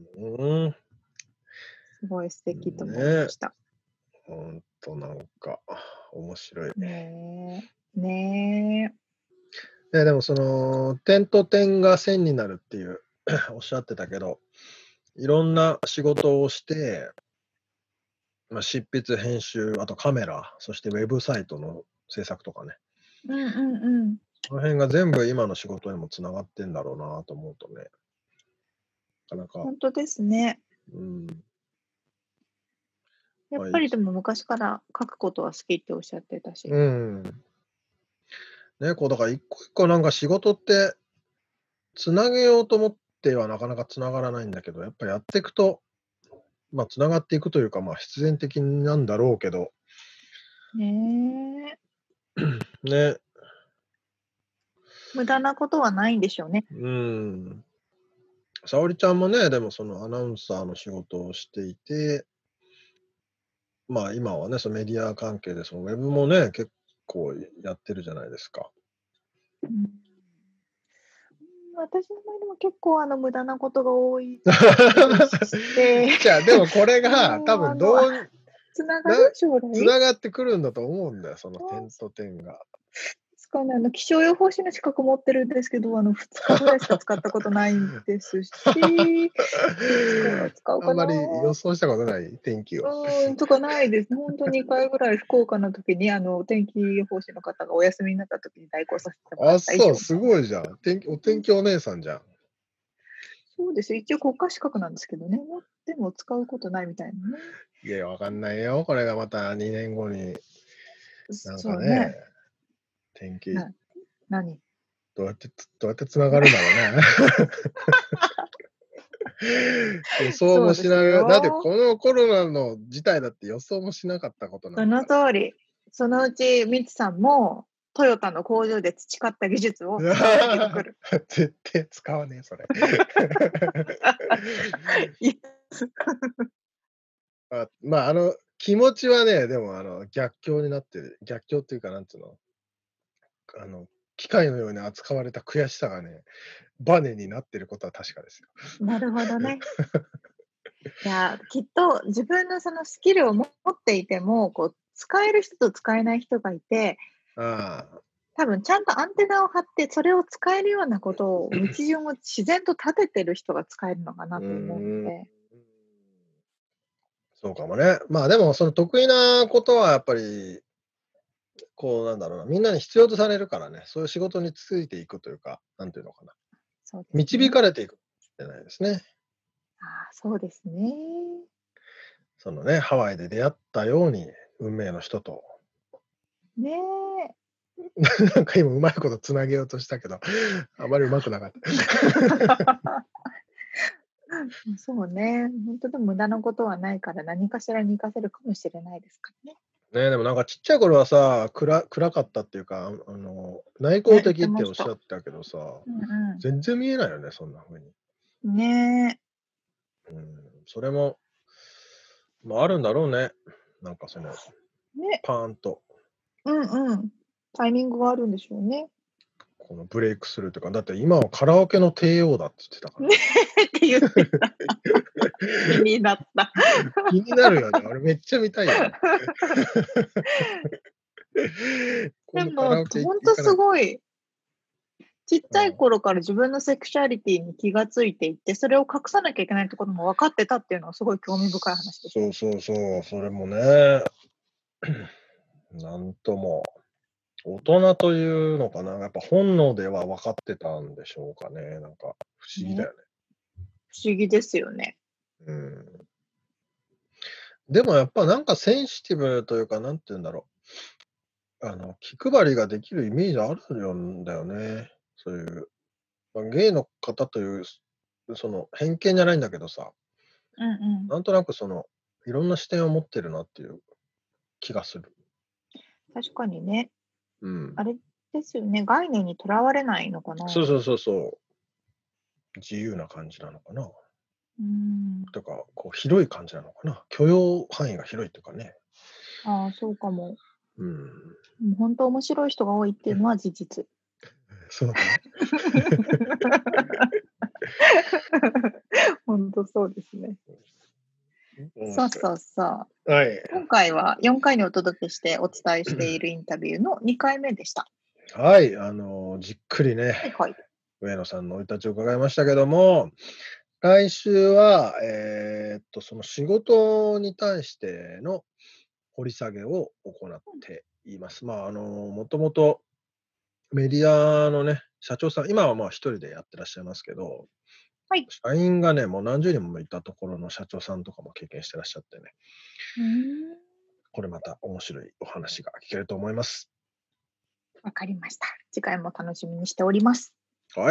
すごい素敵と思いました。 ほんとなんか面白いね。 でもその点と点が線になるっていうおっしゃってたけど、いろんな仕事をして、執筆、編集、あとカメラ、そしてウェブサイトの制作とかね。 この辺が全部今の仕事にもつながってんだろうなと思うとね、なかなか、 本当ですね。 うん、 やっまあ、 ぱりでも昔から書くことは好きっておっしゃってたし。 うん。ね、こうだから一個一個なんか仕事ってつなげようと思ってはなかなかつながらないんだけど、やっぱやっていくと、まあ、つながっていくというか、まあ、必然的なんだろうけど、 ねえ。 ね、 無駄なことはないんでしょうね。 うん。沙織ちゃんもね、でもそのアナウンサーの仕事をしていて、まあ、今はね、そのメディア関係でそのウェブもね、結構やってるじゃないですか。 うん。私の周りも結構無駄なことが多い気がして、 じゃあ、でもこれが多もう分つながるな将来？ 繋がってくるんだと思うんだよ、その点と点が。 ですかね、気象予報士の資格持ってるんですけど、2日ぐらいしか使ったことないんですし、いつから使うかな。 あんまり予想したことない、天気を。 とかないですね。ほんと2回ぐらい福岡の時に、天気予報士の方がお休みになった時に代行させてもらあ、 った以そう、す上の。 ごいじゃん。お天気お姉さんじゃん。 そうです、一応国家資格なんですけどね、でも使うことないみたいなね。 いや、わかんないよ。これがまた2年後に、なんかね、 そうね。 天気、 な何？ どうやって繋がるんだろうね。予想そうですもしなだってよ。 このコロナの事態だって予想もしなかったことなそのんだから。 通り。そのうちミツさんも、トヨタの工場で培った技術を使う時が来る。 絶対使わねえ、それ。 いまあ、気持ちはね、でも逆境になってる。逆境っていうか、なんつうの、あの、機械のように扱われた悔しさがね、バネになってることは確かですよ。 なるほどね。いや、きっと自分のそのスキルを持っていても、使える人と使えない人がいて、 ああ。 多分ちゃんとアンテナを張って、それを使えるようなことを道順を自然と立ててる人が使えるのかうなと思うのーん。 で。 そうかもね。まあ、でもその得意なことはやっぱり、こうなんだろうな、みんなに必要とされるからね、そういう仕事についていくというか、なんていうのかな、 そうです導かね。 れていくじゃないですね。 ああ、そうですね。 そのね、ハワイで出会ったように、運命の人と。 ねえ。 なんか今うまいこと繋げようとしたけど、あまりうまくなかった。 そうね。本当でも無駄なことはないから、何かしらに活かせるかもしれないですからね。 ね、でもなんかちっちゃい頃はさ、暗かったっていうか、内向ね、言っ的っておっしゃてました。 ってたけどさ、 うん全然見えないよね、そんな風に。 うん。ねうん、それも、まあ、あるんだろうね。なんかその、 え。ね、 パーンと、 うんうん。タイミングがあるんでしょうね。 このブレイクスルーというか、だって今はカラオケの帝王だって言ってたからねね。 って言ってた。気になった。 気になるよね。俺めっちゃ見たいよね。 で今度カラも、 オケほんと行かないと。 すごい、ちっちゃいうん。 頃から自分のセクシャリティに気がついていて、それを隠さなきゃいけないってことも分かってたっていうのはすごい興味深い話ですね。 そうそうそう、それもね、なんとも、大人というのかな、やっぱ本能では分かってたんでしょうかね。なんか不思議だね、 よね。 不思議ですよね。 うん。でもやっぱなんかセンシティブというか、なんて言うんだろう、気配りができるイメージあるんだよね。そういう、ま、ゲイの方という、その偏見じゃないんだけどさ、 うんうん。 なんとなくいろんな視点を持ってるなっていう気がする。 確かにね。 うん。 あれですよね、概念にとらわれないのかな。 そうそうそうそう。自由な感じなのかな。 うーん。 とか、こう広い感じなのかな。許容範囲が広いっていうかね。 ああ、そうかも。 うん。 もうほんと面白い人が多いっていうのは事実。 そうね。 ほんとそうですね。 面白い。 そうそうそう。 はい。 今回は4回にお届けしてお伝えしているインタビューの2回目でした。 はい、じっくりね、 はいはい。 上野さんの生い立ちを伺いましたけども、来週は、その仕事に対しての掘り下げを行っています。まあ、もともとメディアのね、社長さん、今はまあ一人でやってらっしゃいますけど、 はい。 社員がね、もう何十人もいたところの社長さんとかも経験してらっしゃってね、これまた面白いお話が聞けると思います。 わかりました。次回も楽しみにしております。 はい。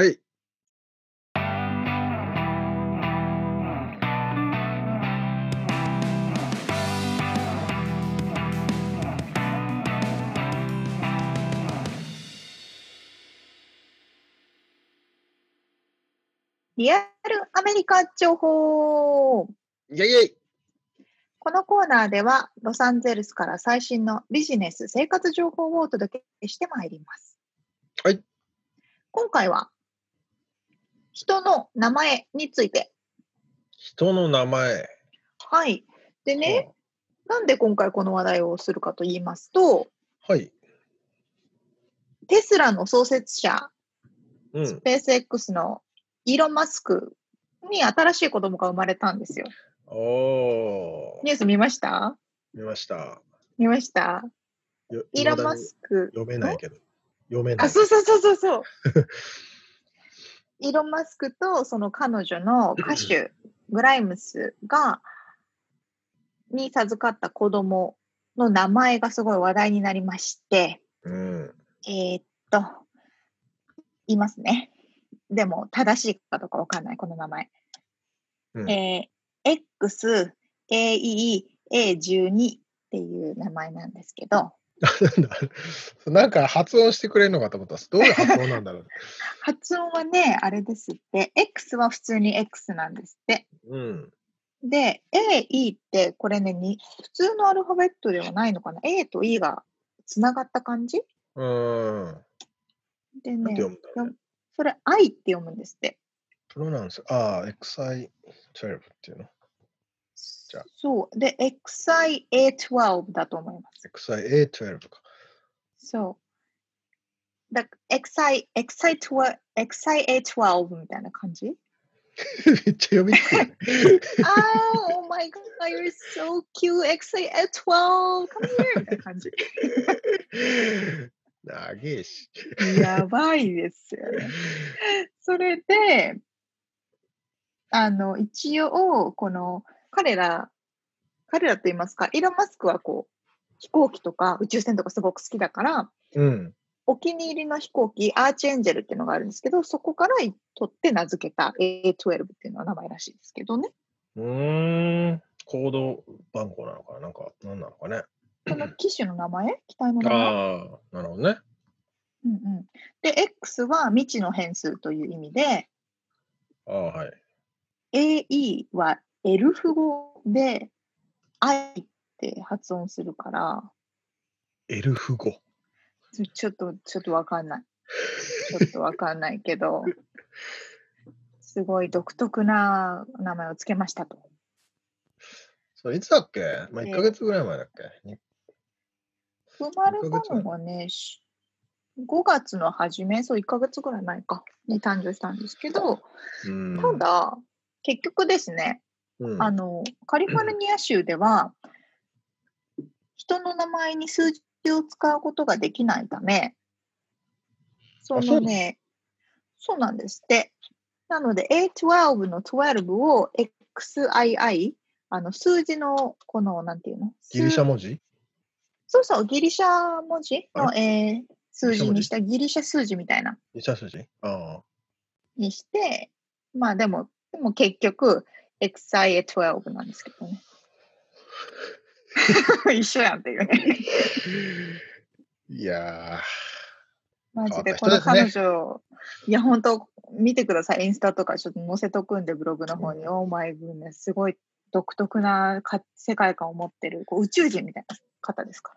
リアルアメリカ情報。 イェイイェイ。 このコーナーでは、ロサンゼルスから最新のビジネス生活情報をお届けしてまいります。 はい。 今回は、人の名前について。 人の名前。 はい。でね、なんで今回この話題をするかと言いますと、 はい。 テスラの創設者、 スペース X のイーロン・マスクに新しい子供が生まれたんですよ。ニュース見ました？ 見ました。 見ました？イーロン・マスク。 読めないけど。読めない。 あ、そうそうそうそうそう。イーロン・マスクとその彼女の歌手、グライムスに授かった子供の名前がすごい話題になりまして、言いますね。でも正しいかどうかわかんない、この名前。XAEA12 っていう名前なんですけど。 なんか発音してくれるのかと思った。どういう発音なんだろう。 発音はね、あれですって。X は普通に X なんですって。で、AE ってこれね、普通のアルファベットではないのかな。A と E がつながった感じでね、それ I って読むんですって。 プロナウンス、XI12 っていうの。 じゃあそう。で、XIA12 だと思います。 XIA12 か。 そう。だXIA12 みたいな感じめっちゃ読みにくい。 Oh my god, you're so cute, XIA12, come here! みたいな感じ。 長いし。 やばいですよね。それで、一応、この、彼らと言いますか、イーロン・マスクはこう、飛行機とか宇宙船とかすごく好きだから、お気に入りの飛行機、アーチエンジェルっていうのがあるんですけど、そこから取って名付けた A12 っていうのは名前らしいですけどね。 コード番号なのかな、なんか、何なのかね。 その機種の名前、機体の名前。 なるほどね。 で、X は未知の変数という意味で、 はい。 AE はエルフ語で I って発音するから。 エルフ語。 ちょっとわかんない。ちょっとわかんないけど、すごい独特な名前をつけましたと。 それいつだっけ？1ヶ月ぐらい前だっけ？ 生まれたのがね、5月の初め、そう1ヶ月ぐらい前か、に誕生したんですけど、ただ、結局ですね、カリフォルニア州では、人の名前に数字を使うことができないため、そうなんですって。なので、A12 の12を XII、数字の、この、なんていうの？ ギリシャ文字？ そうそう、ギリシャ文字の、数字にしたギリシャ数字みたいな。 ギリシャ数字？ にして、まあでも結局、XIA12 なんですけどね。一緒やんっていうね。 いやー。 マジで、この彼女、いや、本当見てください。インスタとかちょっと載せとくんで、ブログの方に。オーマイグーネス、すごい独特な世界観を持ってる、宇宙人みたいな方ですから。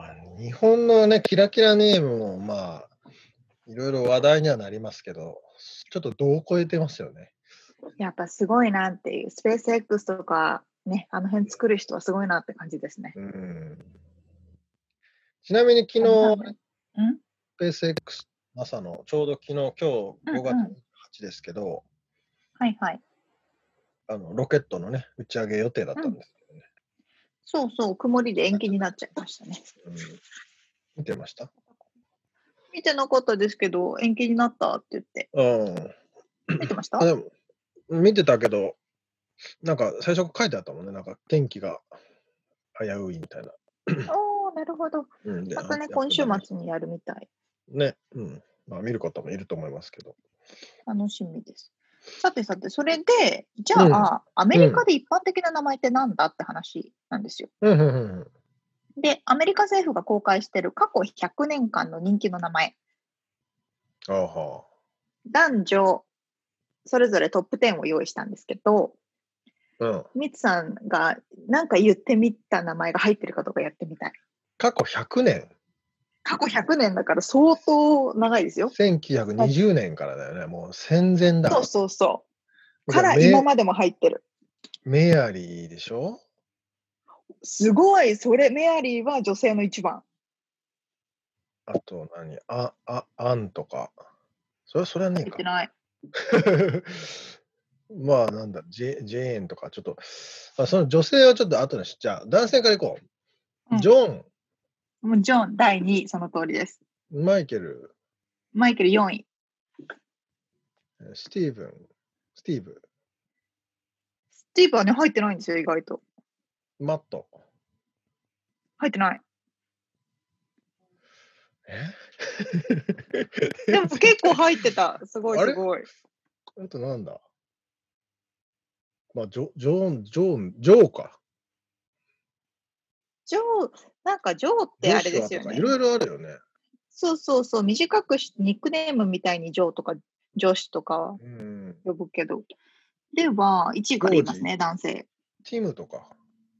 日本のね、キラキラネームも、いろいろ話題にはなりますけど、ちょっと度を超えてますよね。 やっぱすごいなっていう、スペース X とか、ね、あの辺作る人はすごいなって感じですね。 ちなみに昨日、スペース X、NASA のちょうど昨日、今日5月8ですけど、 はいはい。 ロケットのね、打ち上げ予定だったんですけどね。 そうそう、曇りで延期になっちゃいましたね。 見てました？ 見てなかったですけど、延期になったって言って。見てましたでも、見てたけど、なんか最初書いてあったもんね。なんか天気が危ういみたいな。 おー、なるほど。 で、 またね、 やっ今週ぱダメ。 末にやるみたい。 ね。まあ見る方もいると思いますけど。 楽しみです。さてさて、それで、じゃうん。 あ、アメリカで一般的な名前ってなんだって話なんですよ。で、アメリカ政府が公開している過去100年間の人気の名前、 あは。 男女それぞれトップ10を用意したんですけど、ミツさんが何か言ってみた名前が入ってるかどうかやってみたい。 過去100年。 過去100年だから相当長いですよ。 1920年からだよね。もう戦前だ。 そう。から今までも入ってる。 メアリーでしょ？ すごい。それ、メアリーは女性の一番。 あとアンとか。それはねえか。 入ってない。 まあ、なんだ、ジェーンとか、ちょっと、その女性はちょっと後にしちゃう。男性からいこう。ジョン。 もうジョン第2位、その通りです。 マイケル 4位。 スティーブ。スティーブはね、入ってないんですよ、意外と。 マット。 入ってない。でも結構入ってた。すごい。 あとなんだ。まあ、ジョーか。 なんかジョーってあれですよね。 いろいろあるよね。 そう。短くしてニックネームみたいにジョーとか女子とか呼ぶけど。では、1位から言いますね、男性。 ティムとか。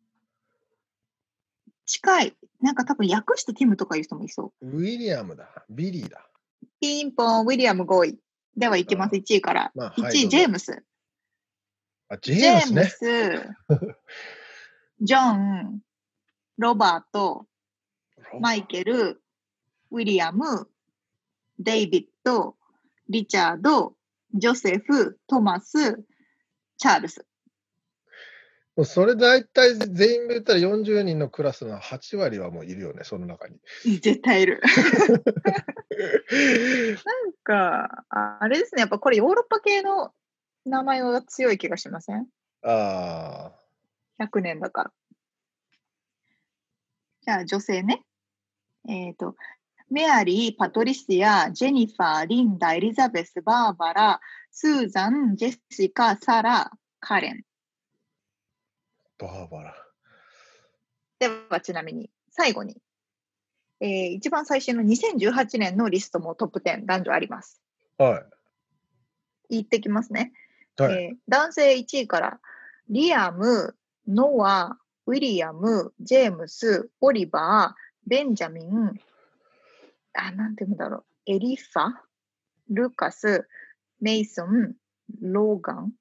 近い。なんか多分訳してティムとかいう人もいそう。 ウィリアムだ。ビリーだ。 ピンポン、ウィリアム5位。では行きます、1位から。1位、ジェームス。 ジェームス、 ジョン、ロバート、マイケル、ウィリアム、デイビッド、リチャード、ジョセフ、トマス、チャールズ。 それ大体全員で言ったら40人のクラスの8割はもういるよね、その中に。 絶対いる。なんか、あれですね、やっぱこれヨーロッパ系の名前が強い気がしません？100年だから。じゃあ女性ね。メアリー、パトリシア、ジェニファー、リンダ、エリザベス、バーバラ、スーザン、ジェシカ、サラ、カレン。 バーバラ。 ではちなみに最後に、一番最新の2018年のリストもトップ10男女あります。言ってきますね。男性1位からリアム、ノア、ウィリアム、ジェームス、オリバー、ベンジャミン、なんて言うんだろう、エリファ、ルカス、メイソン、ローガン。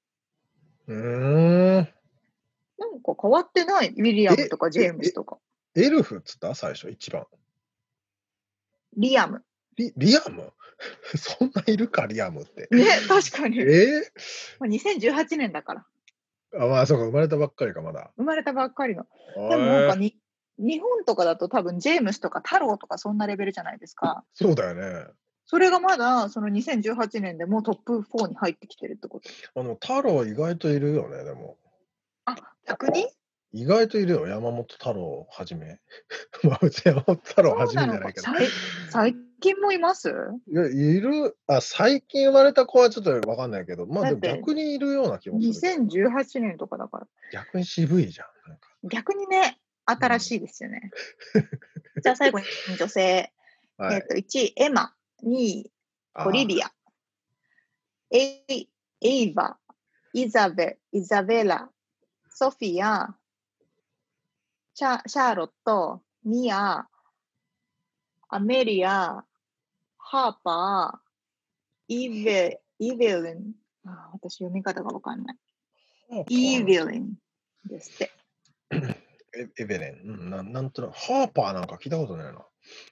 なんか変わってない。ウィリアムとかジェームスとか。 エルフっつった最初、一番。 リアム。 リアムそんないるか、リアムって。 ね、確かに。2018年だから。 まあ、そうか、生まれたばっかりか、まだ。 生まれたばっかりの。でもなんか日本とかだと多分ジェームスとか太郎とかそんなレベルじゃないですか。 そうだよね。 それがまだその2018年でもトップ4に入ってきてるってこと。 太郎意外といるよね、でも。 逆に意外といるよ、山本太郎はじめ。まあ、別に山本太郎はじめじゃないけど。 最近もいます？ いや、いる。最近生まれた子はちょっとわかんないけど、まあでも逆にいるような気もする。 2018年とかだから。 逆に渋いじゃん。 逆にね、新しいですよね。じゃあ最後に女性。1位、エマ。2位、オリビア。エイバ、イザベラ、ソフィア、シャーロット、ミア、アメリア、ハーパー、イベリン。私読み方がわかんない。イベリンですって。 エベレン。なんとなく、ハーパーなんか聞いたことないな。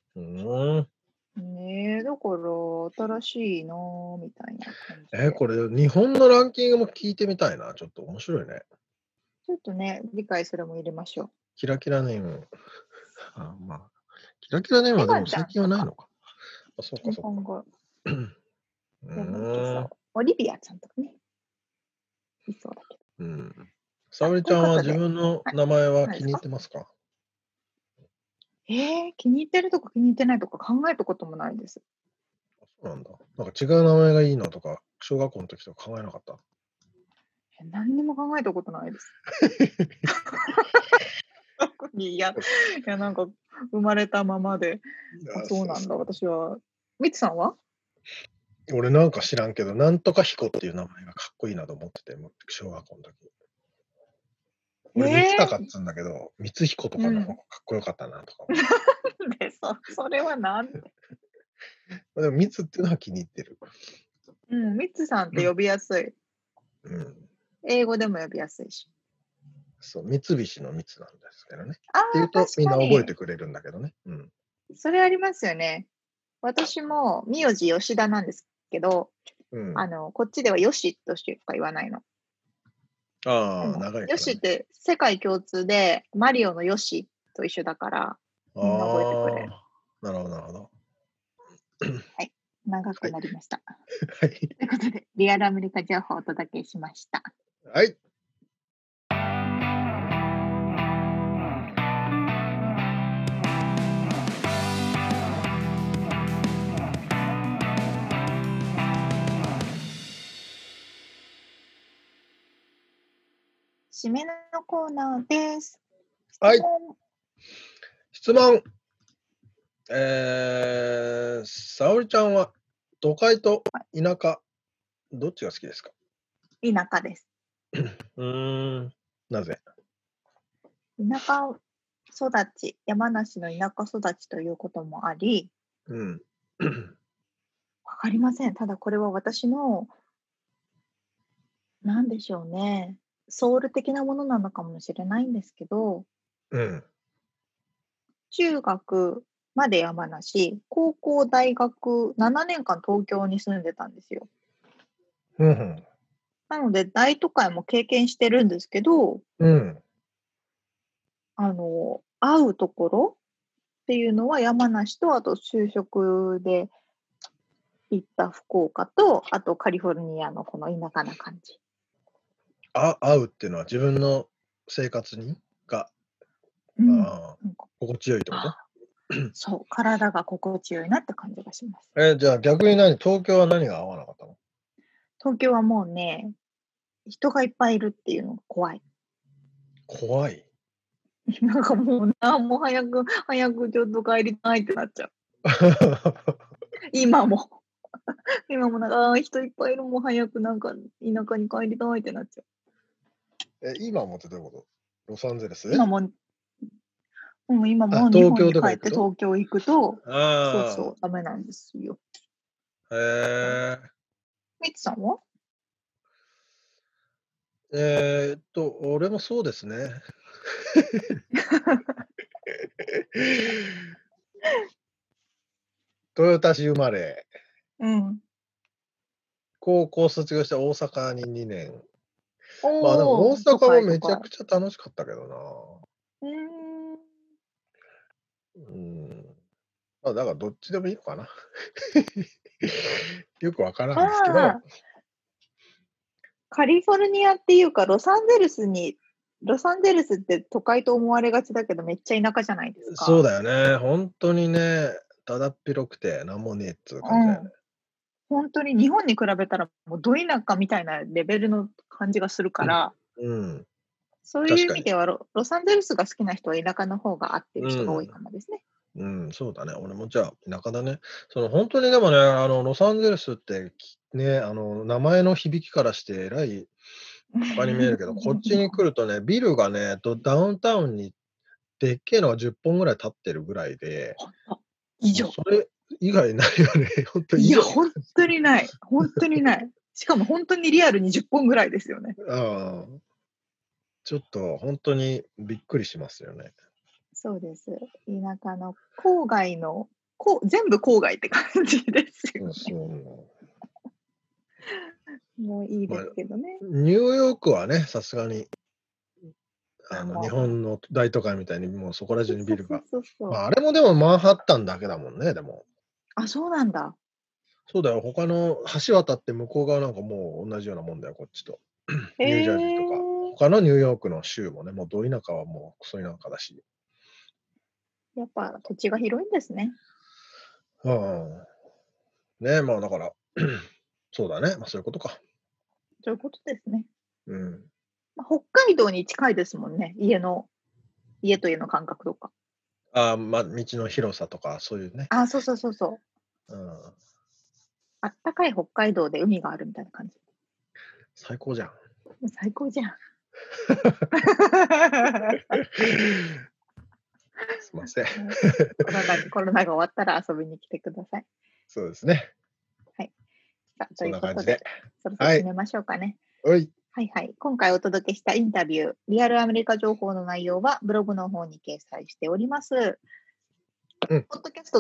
だから新しいなみたいな感じで。 これ日本のランキングも聞いてみたいな。ちょっと面白いね。 ちょっとね、理解するも入れましょう。 キラキラネーム。まあ、キラキラネームはでも最近はないのか。 そっかそっか。 日本語うでもいけーん。 そう。オリビアちゃんとかね、いそうだけど。 沙織とちゃんはいうことで、 自分のはい、 名前は気に入っ何ですか？ てますか？ 気に入ってるとか気に入ってないとか考えたこともないです。 そうなんだ。なんか違う名前がいいのとか、小学校の時とか考えなかった？ 何にも考えたことないです。特に、なんか生まれたままで、そうなんだ、私は。ミツさんは？ 俺なんか知らんけど、なんとか彦っていう名前がかっこいいなと思ってて、小学校の時。俺、光高っつうんだけど、光彦とかの方がかっこよかったなとか思なんでそれはなんで？ う。でも、光っていうのは気に入ってる。 ミツさんって呼びやすい。英語でも呼びやすいし。 そう、三菱の光なんですけどね。 あっていうあ、 とみんな確かに。 覚えてくれるんだけどね。 それありますよね。私も名字吉田なんですけど、こっちではよしとしか言わないの。でも長いからね。 よしって世界共通で、マリオのよしと一緒だから、みんな覚えてくれる。 なるほど、なるほど。 はい。長くなりました。 はい。 ということで、リアルアメリカ情報をお届けしました。 はい。 締めのコーナーです。 はい。質問。沙織ちゃんは都会と田舎、どっちが好きですか？ 田舎です。 なぜ？ 田舎育ち、山梨の田舎育ちということもあり、わかりません。ただこれは私の、なんでしょうね、ソウル的なものなのかもしれないんですけど、中学まで山梨、高校、大学、7年間東京に住んでたんですよ。なので、大都会も経験してるんですけど、会うところっていうのは山梨と、あと就職で行った福岡と、あとカリフォルニアのこの田舎な感じ。 会うっていうのは自分の生活が、心地よいってこと？ そう、体が心地よいなって感じがします。 じゃあ逆に東京は何が合わなかったの？ 東京はもうね、人がいっぱいいるっていうのが怖い。 怖い？ なんかもうも早くちょっと帰りたいってなっちゃう。今もなんか、人いっぱいいる、もう早くなんか田舎に帰りたいってなっちゃう。 今もってどういうこと？ロサンゼルス？ 今も日東本に帰って京とか行くと？ 東京行くと、そう、ダメなんですよ。ミツさんは？ 俺もそうですね。豊田市生まれ。高校卒業して大阪に2年。まあでも大阪もめちゃくちゃ楽しかったけどな。だからどっちでもいいのかな。よくわからんですけど。 カリフォルニアっていうか、ロサンゼルスって都会と思われがちだけど、めっちゃ田舎じゃないですか。 そうだよね。本当にね、だだっ広くてなんもねえっつう感じだよね。 本当に日本に比べたらもうど田舎みたいなレベルの感じがするから、そういう意味ではロサンゼルスが好きな人は田舎の方が合ってる人が多いかもですね。 そうだね。俺もじゃあ田舎だね。本当にでもね、ロサンゼルスってね、名前の響きからしてえらい他に見えるけど、こっちに来るとね、ビルがね、ダウンタウンにでっけえのが10本ぐらい建ってるぐらいで、 以上。 それ以外ないよね。本当に。 いや、本当にない。本当にない。しかも本当にリアルに10本ぐらいですよね。 ちょっと本当にびっくりしますよね。 そうです。田舎の郊外の、全部郊外って感じですよね。もういいですけどね。 ニューヨークはね、さすがに日本の大都会みたいにもうそこら中にビルが。あれもでもマンハッタンだけだもんね、でも。 あ、そうなんだ。 そうだよ、他の橋渡って向こう側なんかもう同じようなもんだよ、こっちと。 へニュージャージーとか、 え。 他のニューヨークの州もね、もうど田舎はもうクソ田舎だし。 やっぱ土地が広いんですね。 うん。ね、まあだから、そうだね、まあそういうことか。 そういうことですね。 うん。 まあ、北海道に近いですもんね。家と家の間隔とか。 ああ、ま、道の広さとかそういうね。 あ、そうそうそうそう。 うん。 あったかい北海道で海があるみたいな感じ。 最高じゃん。 最高じゃん。 すいません。 コロナが終わったら遊びに来てください。 そうですね。 はい。さあ、とそんいうことで、 な感じで。 そろそろはい。 締めましょうかね。 はい。 はいはい。今回お届けしたインタビュー、リアルアメリカ情報の内容はブログの方に掲載しております。 うん。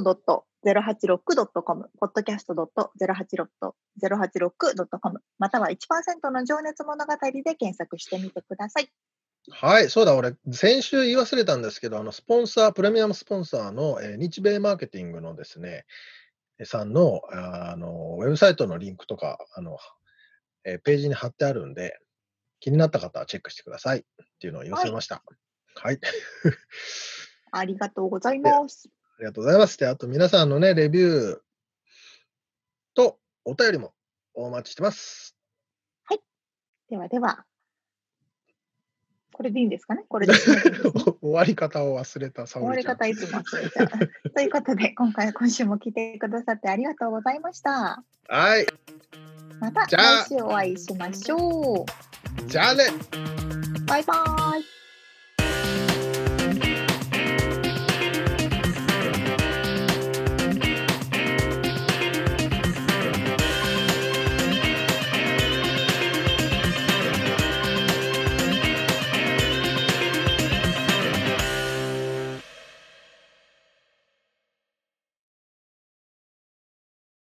podcast.086.com、podcast.086.com、または 1% の情熱物語で検索してみてください。 はい、そうだ、俺、先週言い忘れたんですけど、スポンサー、プレミアムスポンサーの、日米マーケティングのですね、さんの、ウェブサイトのリンクとか、ページに貼ってあるんで、気になった方はチェックしてくださいっていうのを言い忘れました。はい。 ありがとうございます。 ありがとうございます。で、あと皆さんのね、レビューとお便りもお待ちしてます。 はい。ではでは、これでいいんですかね。これで締めていいんですね。 終わり方を忘れた、沙終わり織ちゃん。 方いつも忘れちゃう。ということで、今週も来てくださってありがとうございました。 はい。 またじゃあ来週お会いしましょう。 じゃあね。 バイバーイ。